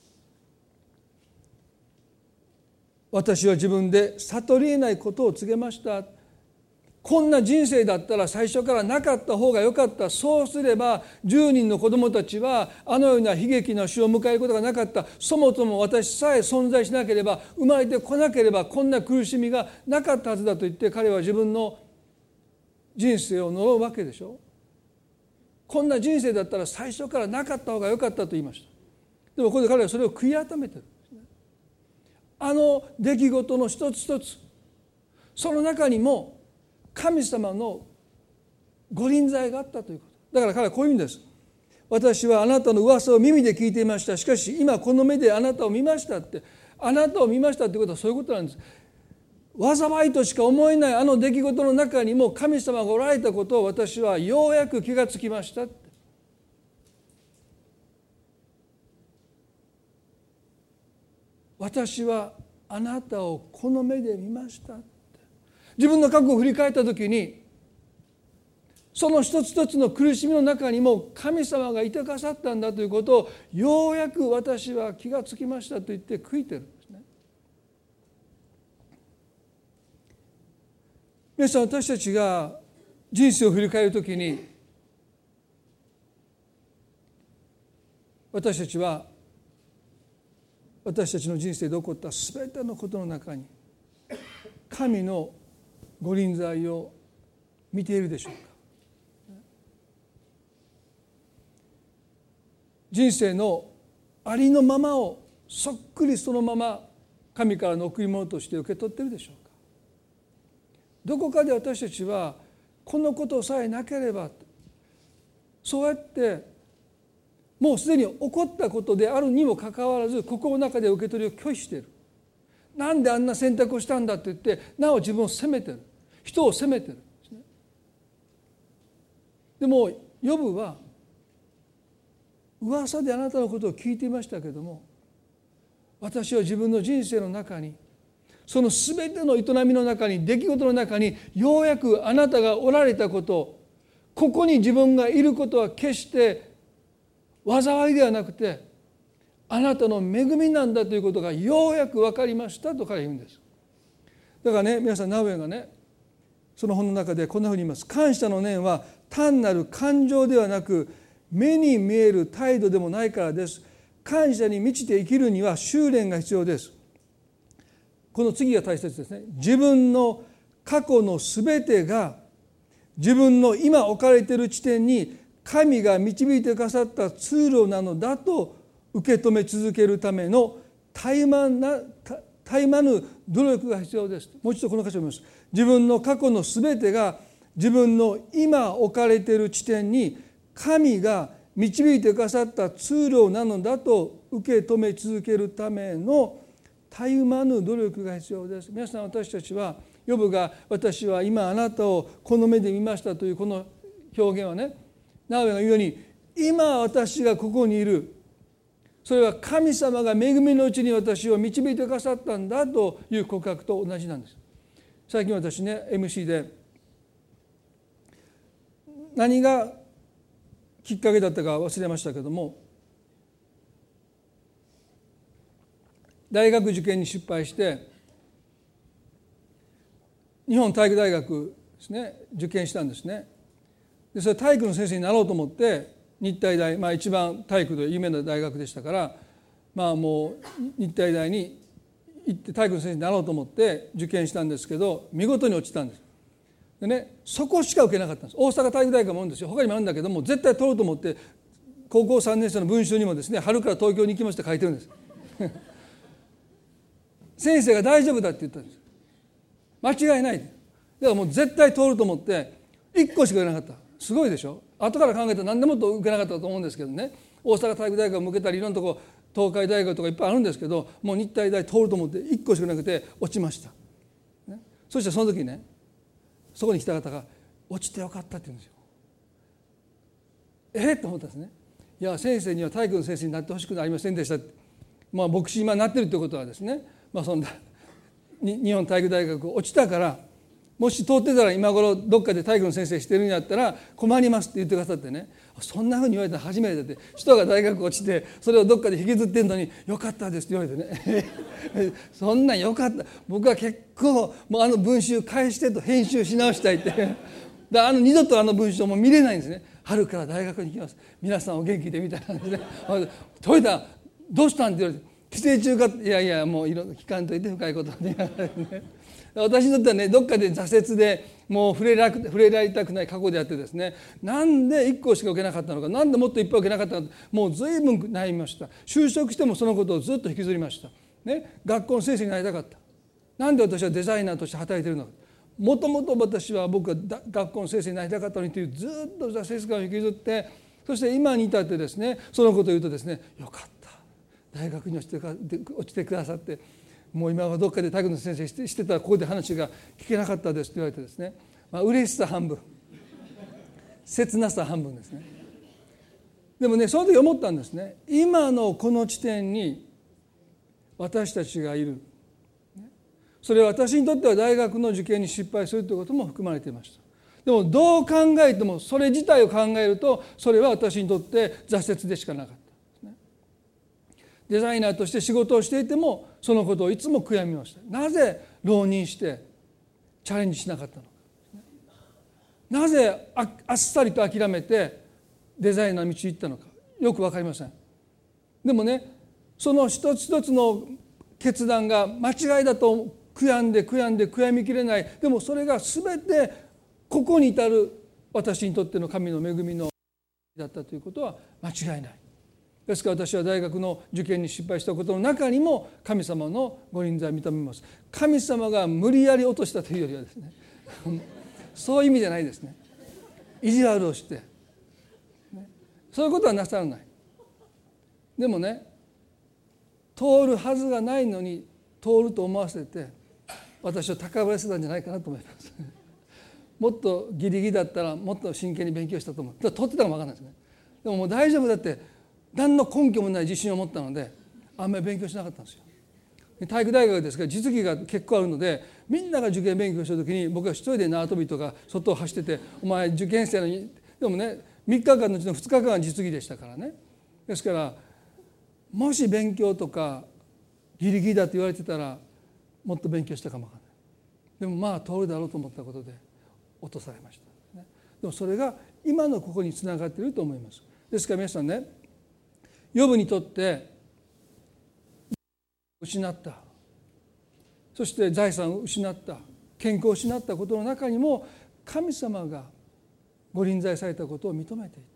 私は自分で悟り得ないことを告げました。こんな人生だったら最初からなかった方が良かった。そうすれば10人の子供たちはあのような悲劇の死を迎えることがなかった。そもそも私さえ存在しなければ、生まれてこなければこんな苦しみがなかったはずだと言って、彼は自分の人生を呪うわけでしょ。こんな人生だったら最初からなかった方が良かったと言いました。でもここで彼はそれを悔い改めてるんですね。あの出来事の一つ一つ、その中にも神様のご臨在があったということ。だから彼はこういう意味です。私はあなたの噂を耳で聞いていました。しかし今この目であなたを見ましたって。あなたを見ましたということはそういうことなんです。災いとしか思えないあの出来事の中にも神様がおられたことを私はようやく気がつきましたって。私はあなたをこの目で見ましたって。自分の過去を振り返った時に、その一つ一つの苦しみの中にも神様がいてくださったんだということをようやく私は気がつきましたと言って悔いてるんですね。皆さん、私たちが人生を振り返るときに、私たちは私たちの人生で起こったすべてのことの中に神のご臨在を見ているでしょうか。人生のありのままをそっくりそのまま神からの贈り物として受け取っているでしょうか。どこかで私たちはこのことさえなければ、そうやってもうすでに起こったことであるにもかかわらず心の中で受け取りを拒否している。なんであんな選択をしたんだって言ってなお自分を責めてる、人を責めてるんですね。でもヨブは噂であなたのことを聞いていましたけれども、私は自分の人生の中にそのすべての営みの中に、出来事の中にようやくあなたがおられたこと、ここに自分がいることは決して災いではなくてあなたの恵みなんだということがようやく分かりましたと彼は言うんです。だからね、皆さん、ナウエがね、その本の中でこんなふうに言います。感謝の念は単なる感情ではなく目に見える態度でもないからです。感謝に満ちて生きるには修練が必要です。この次が大切ですね。自分の過去のすべてが自分の今置かれている地点に神が導いてくださった通路なのだと受け止め続けるための絶え間ぬ努力が必要です。もう一度この箇所を読みます。自分の過去のすべてが自分の今置かれている地点に神が導いてくださった通路なのだと受け止め続けるための絶え間ぬ努力が必要です。皆さん、私たちはヨブが私は今あなたをこの目で見ましたというこの表現はね、ナウエが言うように今私がここにいる、それは神様が恵みのうちに私を導いてくださったんだという告白と同じなんです。最近私ね MC で何がきっかけだったか忘れましたけども、大学受験に失敗して日本体育大学ですね受験したんですね。でそれ体育の先生になろうと思って日体大、一番体育で有名な大学でしたから、もう日体大に行って体育の先生になろうと思って受験したんですけど、見事に落ちたんです。でね、そこしか受けなかったんです。大阪体育大学もあるんですよ。他にもあるんだけども絶対取ろうと思って高校3年生の文集にもですね、春から東京に行きました書いてるんです先生が大丈夫だって言ったんです。間違いない。だからもう絶対通ると思って1個しか受けなかった。すごいでしょ。後から考えたら何でもと受けなかったと思うんですけどね、大阪体育大学も受けたりいろんなとこ東海大学とかいっぱいあるんですけど、もう日体大通ると思って1個しかなくて落ちました、ね、そしてその時ね、そこに来た方が落ちてよかったって言うんですよ。と思ったんですね。いや、先生には体育の先生になってほしくありませんでしたって、牧師今なってるということはですね、そんな日本体育大学落ちたから、もし通ってたら今頃どっかで体育の先生してるんやったら困りますって言ってくださってね、そんなふうに言われたら初めてで、人が大学落ちてそれをどっかで引きずってんのによかったですって言われてねそんなんよかった、僕は結構もう文集返してと編集し直したいって二度と文章も見れないんですね。春から大学に行きます、皆さんお元気でみたいなんですねトイレどうしたんって言われて、寄生虫か、いやいやもういろんな聞かんといて深いことで、ね、私にとってはね、どっかで挫折でもう触れられたくない過去であってですね、なんで1校しか受けなかったのか、なんでもっといっぱい受けなかったのか、もう随分悩みました。就職してもそのことをずっと引きずりました、ね、学校の先生になりたかった。なんで私はデザイナーとして働いているのか、もともと僕は学校の先生になりたかったのにというずっと挫折感を引きずって、そして今に至ってですね、そのことを言うとですね、よかった大学に落ちてくださって、もう今はどっかで体育の先生してたらここで話が聞けなかったですと言われてですね、嬉しさ半分切なさ半分ですね。でもね、その時思ったんですね。今のこの地点に私たちがいる、それは私にとっては大学の受験に失敗するということも含まれていました。でもどう考えてもそれ自体を考えると、それは私にとって挫折でしかなかった。デザイナーとして仕事をしていてもそのことをいつも悔やみました。なぜ浪人してチャレンジしなかったのか、なぜあっさりと諦めてデザイナーの道に行ったのか、よく分かりません。でもね、その一つ一つの決断が間違いだと悔やみきれない。でもそれが全てここに至る私にとっての神の恵みのだったということは間違いない。ですから私は大学の受験に失敗したことの中にも神様のご臨在を認めます。神様が無理やり落としたというよりはですねそういう意味じゃないですね。意地悪をして、そういうことはなさらない。でもね、通るはずがないのに通ると思わせて私を高ぶらせたんじゃないかなと思いますもっとギリギリだったらもっと真剣に勉強したと思う。通ってたかも分かんないですね。でももう大丈夫だって何の根拠もない自信を持ったので、あんまり勉強しなかったんですよ。体育大学ですから実技が結構あるので、みんなが受験勉強した時に僕は一人で縄跳びとか外を走ってて、お前受験生のに、でもね3日間のうちの2日間は実技でしたからね。ですからもし勉強とかギリギリだと言われてたらもっと勉強したかもわからない。でも通るだろうと思ったことで落とされました。でもそれが今のここにつながっていると思います。ですから皆さんね、ヨブにとって失った、そして財産を失った、健康を失ったことの中にも神様がご臨在されたことを認めていった。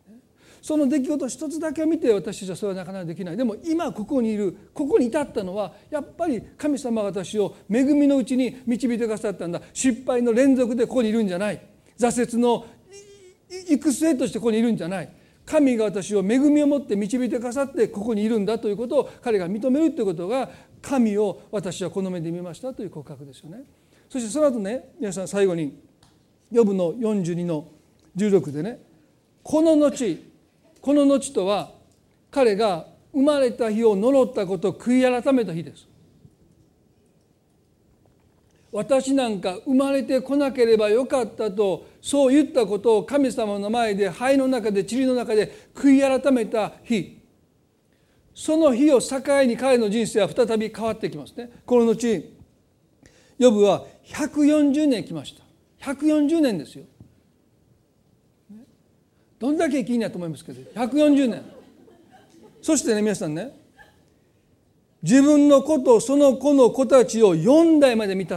その出来事一つだけを見て私たちはそれはなかなかできない。でも今ここにいる、ここに至ったのはやっぱり神様が私を恵みのうちに導いてくださったんだ。失敗の連続でここにいるんじゃない、挫折の育成としてここにいるんじゃない、神が私を恵みを持って導いてくださってここにいるんだということを彼が認めるということが、神を私はこの目で見ましたという告白ですよね。そしてその後ね、皆さん最後にヨブの42の16でね、この後とは彼が生まれた日を呪ったことを悔い改めた日です。私なんか生まれてこなければよかったとそう言ったことを神様の前で灰の中で塵の中で悔い改めた日、その日を境に彼の人生は再び変わってきますね。この後ヨブは140年生きました。140年ですよ。どんだけ生きんやと思いますけど140年。そしてね皆さんね、自分の子とその子の子たちを4代まで見たって、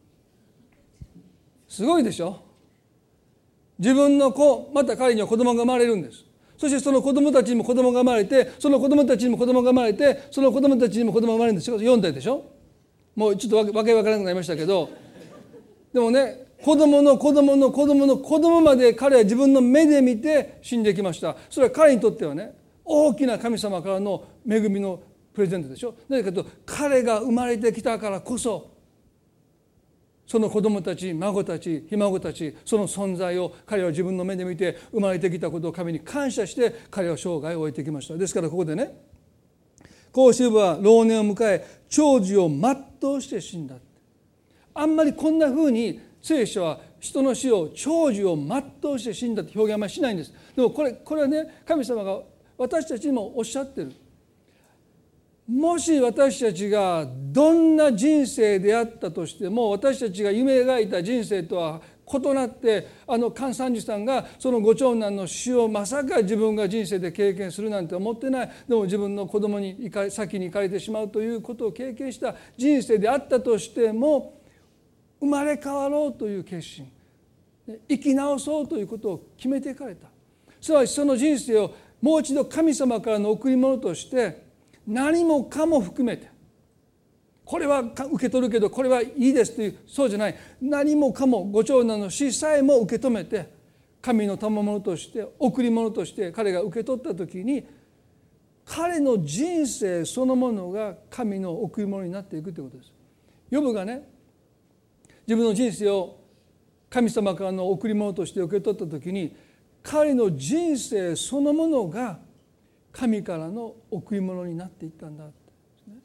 すごいでしょ。自分の子、また彼には子供が生まれるんです。そしてその子供たちにも子供が生まれて、その子供たちにも子供が生まれて、その子供たちにも子供が生まれるんですよ。4代でしょ。もうちょっとわけわからなくなりましたけど、でもね、子供の子供まで彼は自分の目で見て死んできました。それは彼にとってはね、 大きな神様からの恵みのプレゼントでしょ。なぜかというと、彼が生まれてきたからこそ、その子供たち、孫たち、ひ孫たち、その存在を彼は自分の目で見て、生まれてきたことを神に感謝して彼は生涯を終えてきました。ですからここでね、こうシューブは老年を迎え長寿を全うして死んだ。あんまりこんなふうに聖書は人の死を長寿を全うして死んだって表現あんまりしないんです。でもこれはね、神様が私たちにもおっしゃってる。もし私たちがどんな人生であったとしても、私たちが夢描いた人生とは異なって、菅三治さんがそのご長男の死をまさか自分が人生で経験するなんて思ってない。でも自分の子供に先に行かれてしまうということを経験した人生であったとしても、生まれ変わろうという決心、生き直そうということを決めていかれた。すなわちその人生をもう一度神様からの贈り物として、何もかも含めて、これは受け取るけどこれはいいですという、そうじゃない、何もかもご長男の死さえも受け止めて、神の賜物として贈り物として彼が受け取った時に、彼の人生そのものが神の贈り物になっていくということです。ヨブがね、自分の人生を神様からの贈り物として受け取った時に、彼の人生そのものが神からの贈り物になっていったんだって、ね、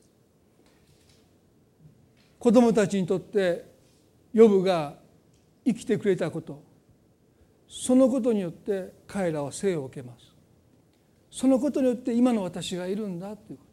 子供たちにとってヨブが生きてくれたこと、そのことによって彼らは生を受けます。そのことによって今の私がいるんだということ、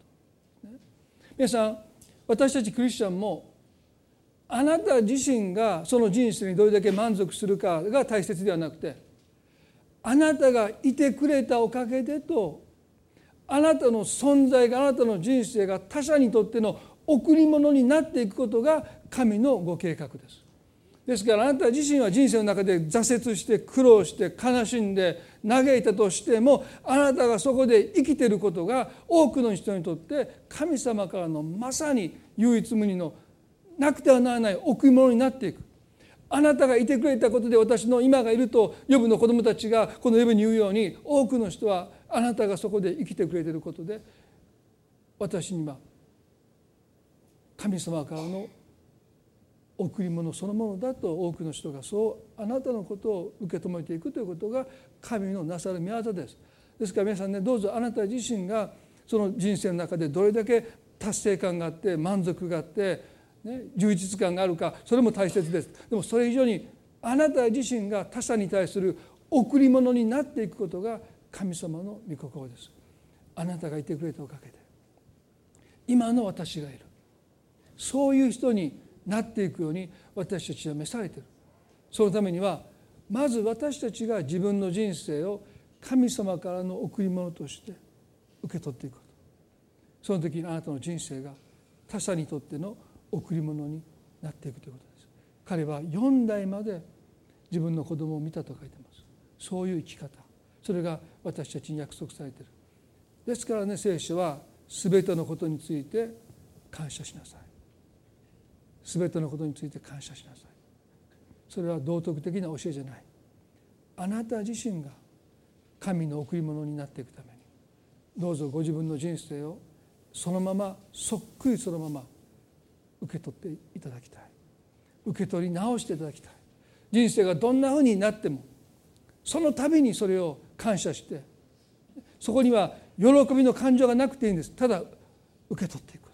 ね、皆さん、私たちクリスチャンもあなた自身がその人生にどれだけ満足するかが大切ではなくて、あなたがいてくれたおかげでと、あなたの存在が、あなたの人生が他者にとっての贈り物になっていくことが神のご計画です。ですからあなた自身は人生の中で挫折して苦労して悲しんで嘆いたとしても、あなたがそこで生きていることが多くの人にとって神様からのまさに唯一無二のなくてはならない贈り物になっていく。あなたがいてくれたことで私の今がいると、ヨブの子供たちがこのヨブに言うように、多くの人はあなたがそこで生きてくれていることで、私には神様からの贈り物そのものだと多くの人がそうあなたのことを受け止めていくということが神のなさる御業です。ですから皆さんね、どうぞあなた自身がその人生の中でどれだけ達成感があって満足があって、ね、充実感があるか、それも大切です。でもそれ以上にあなた自身が他者に対する贈り物になっていくことが神様の御心です。あなたがいてくれたおかげで今の私がいる、そういう人になっていくように私たちは召されている。そのためにはまず私たちが自分の人生を神様からの贈り物として受け取っていくこと、その時にあなたの人生が他者にとっての贈り物になっていくということです。彼は4代まで自分の子供を見たと書いてます。そういう生き方、それが私たちに約束されている。ですからね、聖書は全てのことについて感謝しなさい。全てのことについて感謝しなさい。それは道徳的な教えじゃない。あなた自身が神の贈り物になっていくために、どうぞご自分の人生をそのまま、そっくりそのまま受け取っていただきたい。受け取り直していただきたい。人生がどんなふうになってもその度にそれを感謝して、そこには喜びの感情がなくていいんです。ただ受け取っていくこと、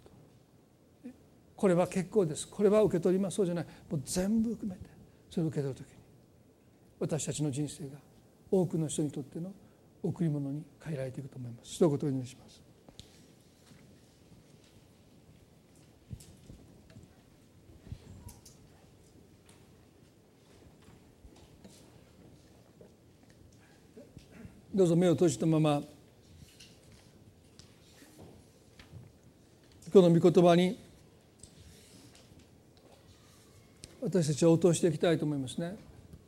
これは結構です、これは受け取ります、そうじゃない、もう全部含めてそれを受け取るときに私たちの人生が多くの人にとっての贈り物に変えられていくと思います。一言お願いします。どうぞ目を閉じたまま今日の御言葉に私たちは応答していきたいと思いますね。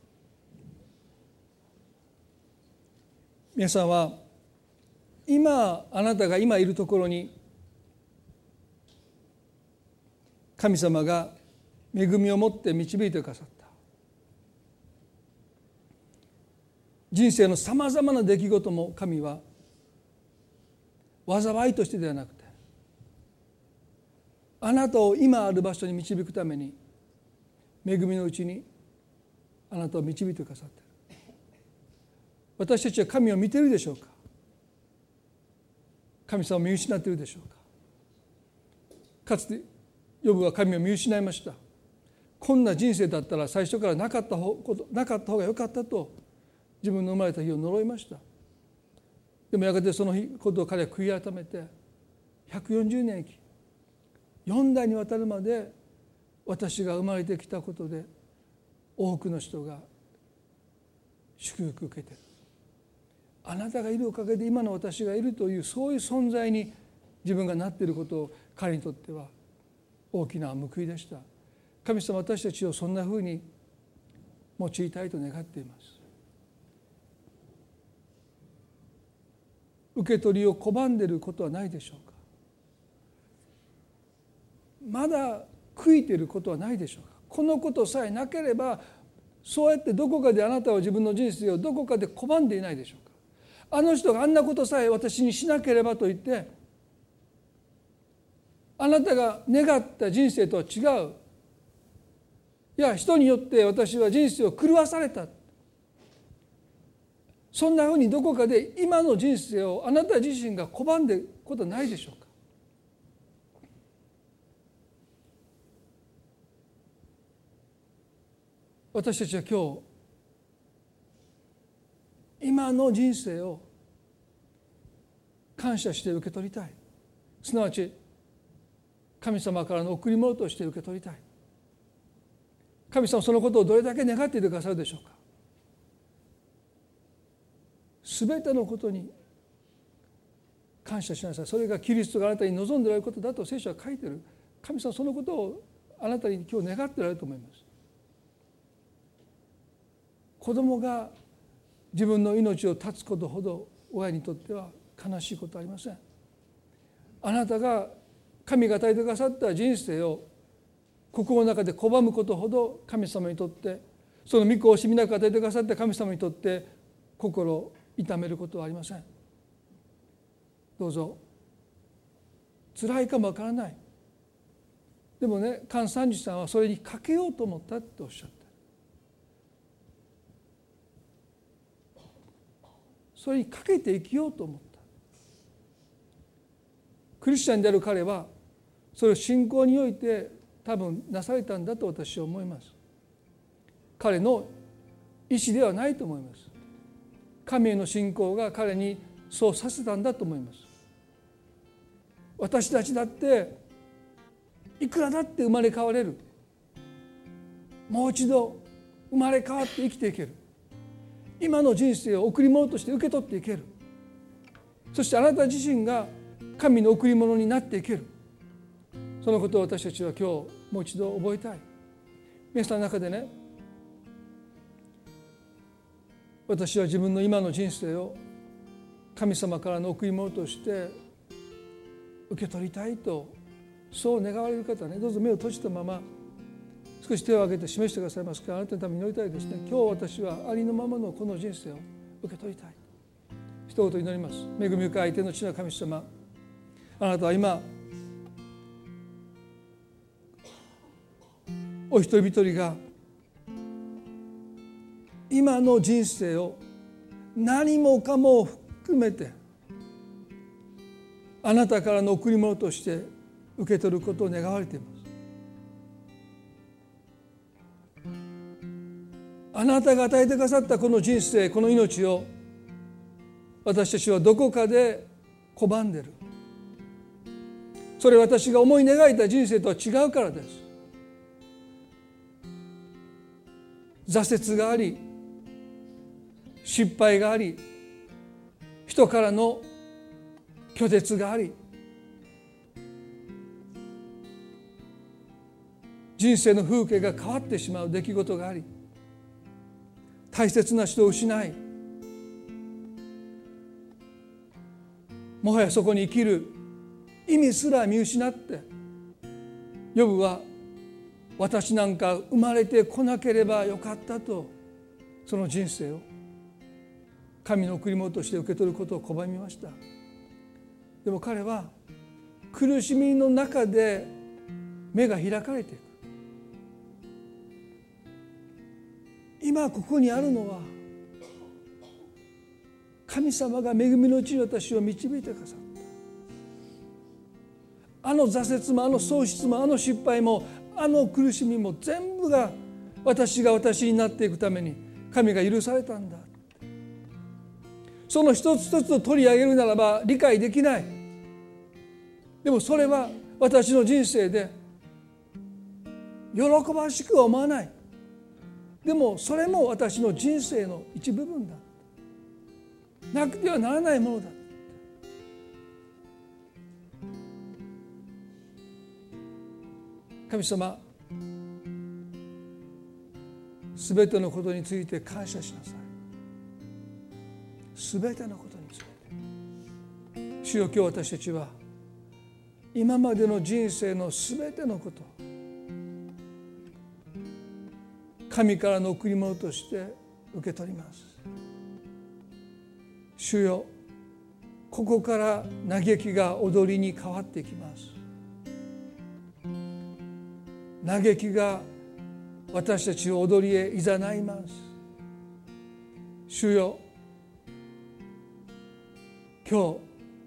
皆さんは今あなたが今いるところに神様が恵みを持って導いてくださった。人生のさまざまな出来事も神は災いとしてではなくて、あなたを今ある場所に導くために恵みのうちにあなたを導いてくださっている。私たちは神を見ているでしょうか。神様を見失っているでしょうか。かつてヨブは神を見失いました。こんな人生だったら最初からなかった方が良かったと自分の生まれた日を呪いました。でもやがてそのことを彼は悔い改めて140年生き、4代にわたるまで私が生まれてきたことで多くの人が祝福を受けている。あなたがいるおかげで今の私がいるという、そういう存在に自分がなっていることを彼にとっては大きな報いでした。神様、私たちをそんなふうに用いたいと願っています。受け取りを拒んでいることはないでしょうか。まだ悔いていることはないでしょうか。このことさえなければ、そうやってどこかであなたは自分の人生をどこかで拒んでいないでしょうか。あの人があんなことさえ私にしなければと言って、あなたが願った人生とは違う、いや人によって私は人生を狂わされた、そんなふうにどこかで今の人生をあなた自身が拒んでいることはないでしょうか。私たちは今日今の人生を感謝して受け取りたい。すなわち神様からの贈り物として受け取りたい。神様そのことをどれだけ願っていてくださるでしょうか。すべてのことに感謝しなさい。それがキリストがあなたに望んでおられることだと聖書は書いている。神様そのことをあなたに今日願っておられると思います。子供が自分の命を絶つことほど親にとっては悲しいことはありません。あなたが神が与えてくださった人生を心の中で拒むことほど神様にとって、その御子を惜しみなく与えてくださった神様にとって心を痛めることはありません。どうぞ、辛いかもわからない。でもね、菅三治さんはそれにかけようと思ったっておっしゃった。それにかけて生きようと思った。クリスチャンである彼はそれを信仰において多分なされたんだと私は思います。彼の意思ではないと思います。神への信仰が彼にそうさせたんだと思います。私たちだっていくらだって生まれ変われる。もう一度生まれ変わって生きていける。今の人生を贈り物として受け取っていける。そしてあなた自身が神の贈り物になっていける。そのことを私たちは今日もう一度覚えたい。皆さんの中でね、私は自分の今の人生を神様からの贈り物として受け取りたいとそう願われる方ね、どうぞ目を閉じたまま少し手を挙げて示してくださいますか。あなたのために祈りたいですね。今日私はありのままのこの人生を受け取りたい。一言祈ります。恵み深い天の父の神様、あなたは今お一人一人が今の人生を何もかも含めてあなたからの贈り物として受け取ることを願われています。あなたが与えてくださったこの人生、この命を私たちはどこかで拒んでいる。それは私が思い描いた人生とは違うからです。挫折があり、失敗があり、人からの拒絶があり、人生の風景が変わってしまう出来事があり、大切な人を失い、もはやそこに生きる意味すら見失って、ヨブは私なんか生まれてこなければよかったと、その人生を神の贈り物として受け取ることを拒みました。 でも彼は苦しみの中で目が開かれていく。今ここにあるのは神様が恵みのうちに私を導いてくださった。あの挫折もあの喪失もあの失敗もあの苦しみも全部が私が私になっていくために神が許されたんだ。その一つ一つを取り上げるならば理解できない。でもそれは私の人生で喜ばしくは思わない。でもそれも私の人生の一部分だ。なくてはならないものだ。神様、すべてのことについて感謝しなさい。すべてのことについて。主よ、今日私たちは今までの人生のすべてのこと、神からの贈り物として受け取ります。主よ、ここから嘆きが踊りに変わっていきます。嘆きが私たちを踊りへいざないます。主よ、今日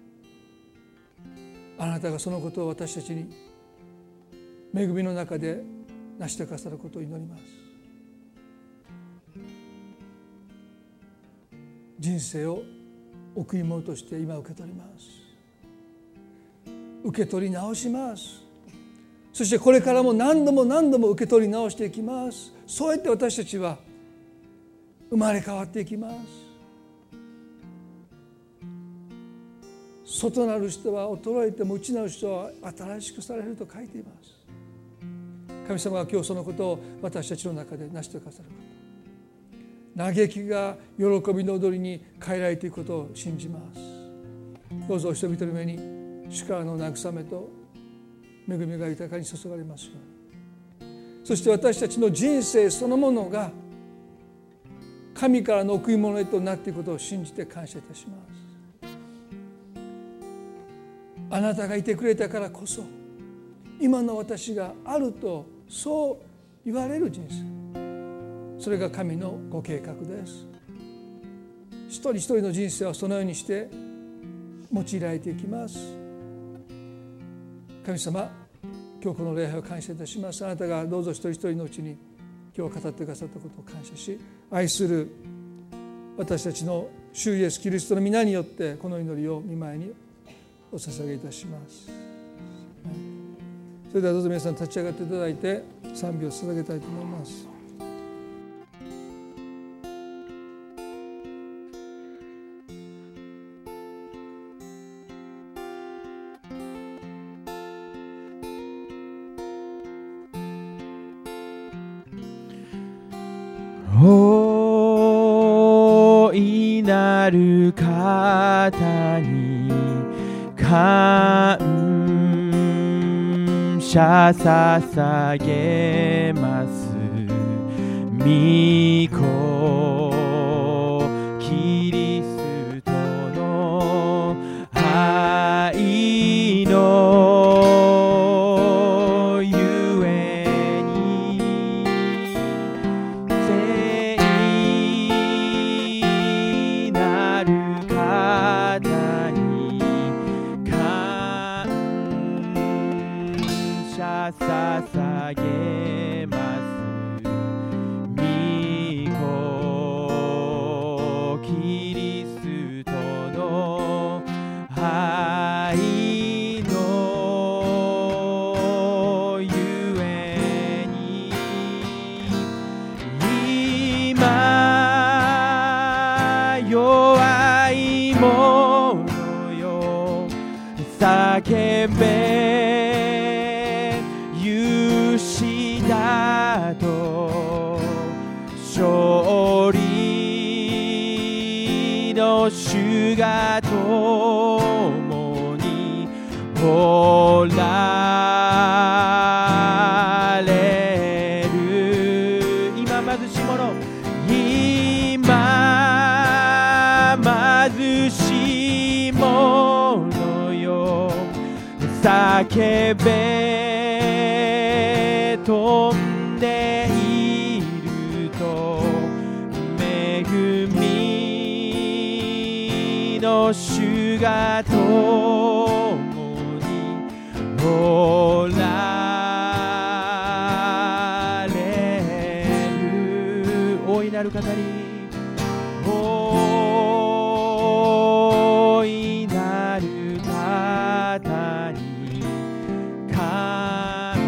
あなたがそのことを私たちに恵みの中で成してくださることを祈ります。人生を贈り物として今受け取ります。受け取り直します。そしてこれからも何度も何度も受け取り直していきます。そうやって私たちは生まれ変わっていきます。外なる人は衰えても内なる人は新しくされると書いています。神様が今日そのことを私たちの中で成してくださること、嘆きが喜びの踊りに変えられていくことを信じます。どうぞ人々の目に主からの慰めと恵みが豊かに注がれますように。そして私たちの人生そのものが神からの贈り物へとなっていくことを信じて感謝いたします。あなたがいてくれたからこそ今の私があるとそう言われる人生、それが神のご計画です。一人一人の人生はそのようにして用いられていきます。神様、今日この礼拝を感謝いたします。あなたがどうぞ一人一人のうちに今日語ってくださったことを感謝し、愛する私たちの主イエスキリストの皆によってこの祈りを御前にお捧げいたします。それではどうぞ皆さん立ち上がっていただいて賛美を捧げたいと思います。 大いなる方に感謝捧げます。御子キリストの愛のゆえに聖なる方に感謝捧げます。御子キリストの愛のゆえに今弱い者よ叫べ勇士だと勝利の主が共におられる。今貧しい者、今貧しい者よ叫べ飛んでいると恵みの主が共におられる。大いなる方に大いなる方に感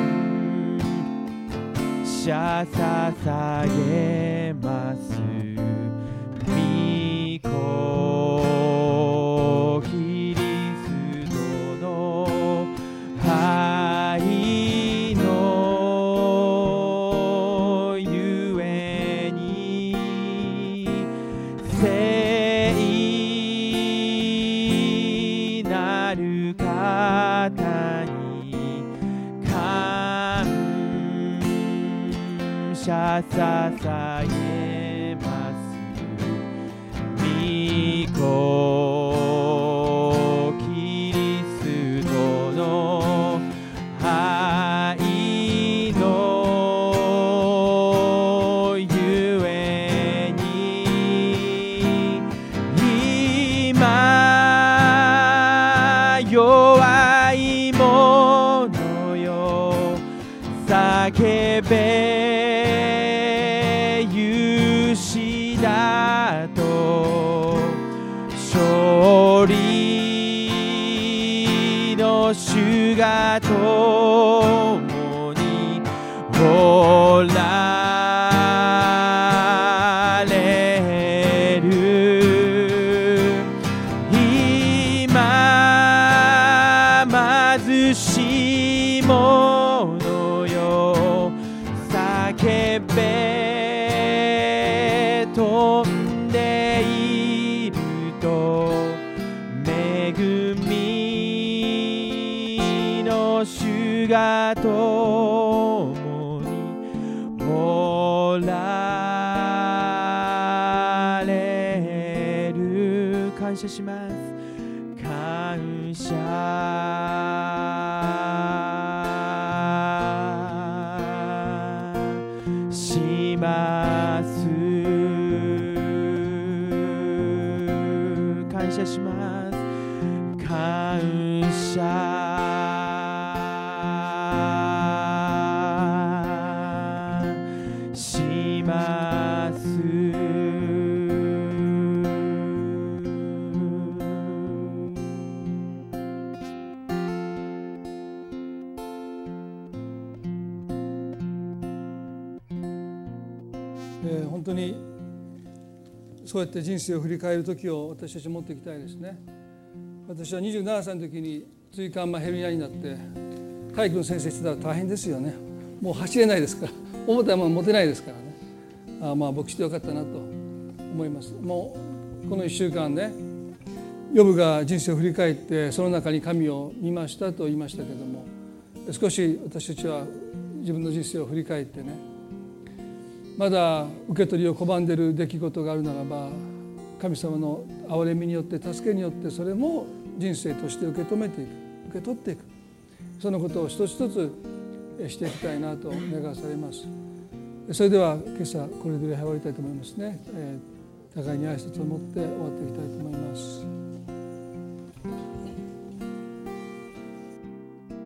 謝捧げます。御子キリストの愛のゆえに聖なる方に感謝捧げます。御子キリストの愛のゆえに今弱い者よ叫べ勇士だと勝利の主が共におられる。今貧しい者よ叫べ飛んでいると恵みの主が共におられる。感謝します。感謝します。感謝します。感謝します。 本当にそうやって人生を振り返る時を私たち持っていきたいですね。私は27歳の時に椎間板ヘルニアになって体育の先生してたら大変ですよね。もう走れないですから、重たいもの持てないですからね。僕してよかったなと思います。もうこの1週間ね、ヨブが人生を振り返ってその中に神を見ましたと言いましたけども、少し私たちは自分の人生を振り返ってね、まだ受け取りを拒んでいる出来事があるならば、神様の憐れみによって助けによってそれも人生として受け止めていく、受け取っていく、そのことを一つ一つしていきたいなと願わされます。それでは今朝これで終わりたいと思いますね。互いに挨拶を持って終わっていきたいと思います。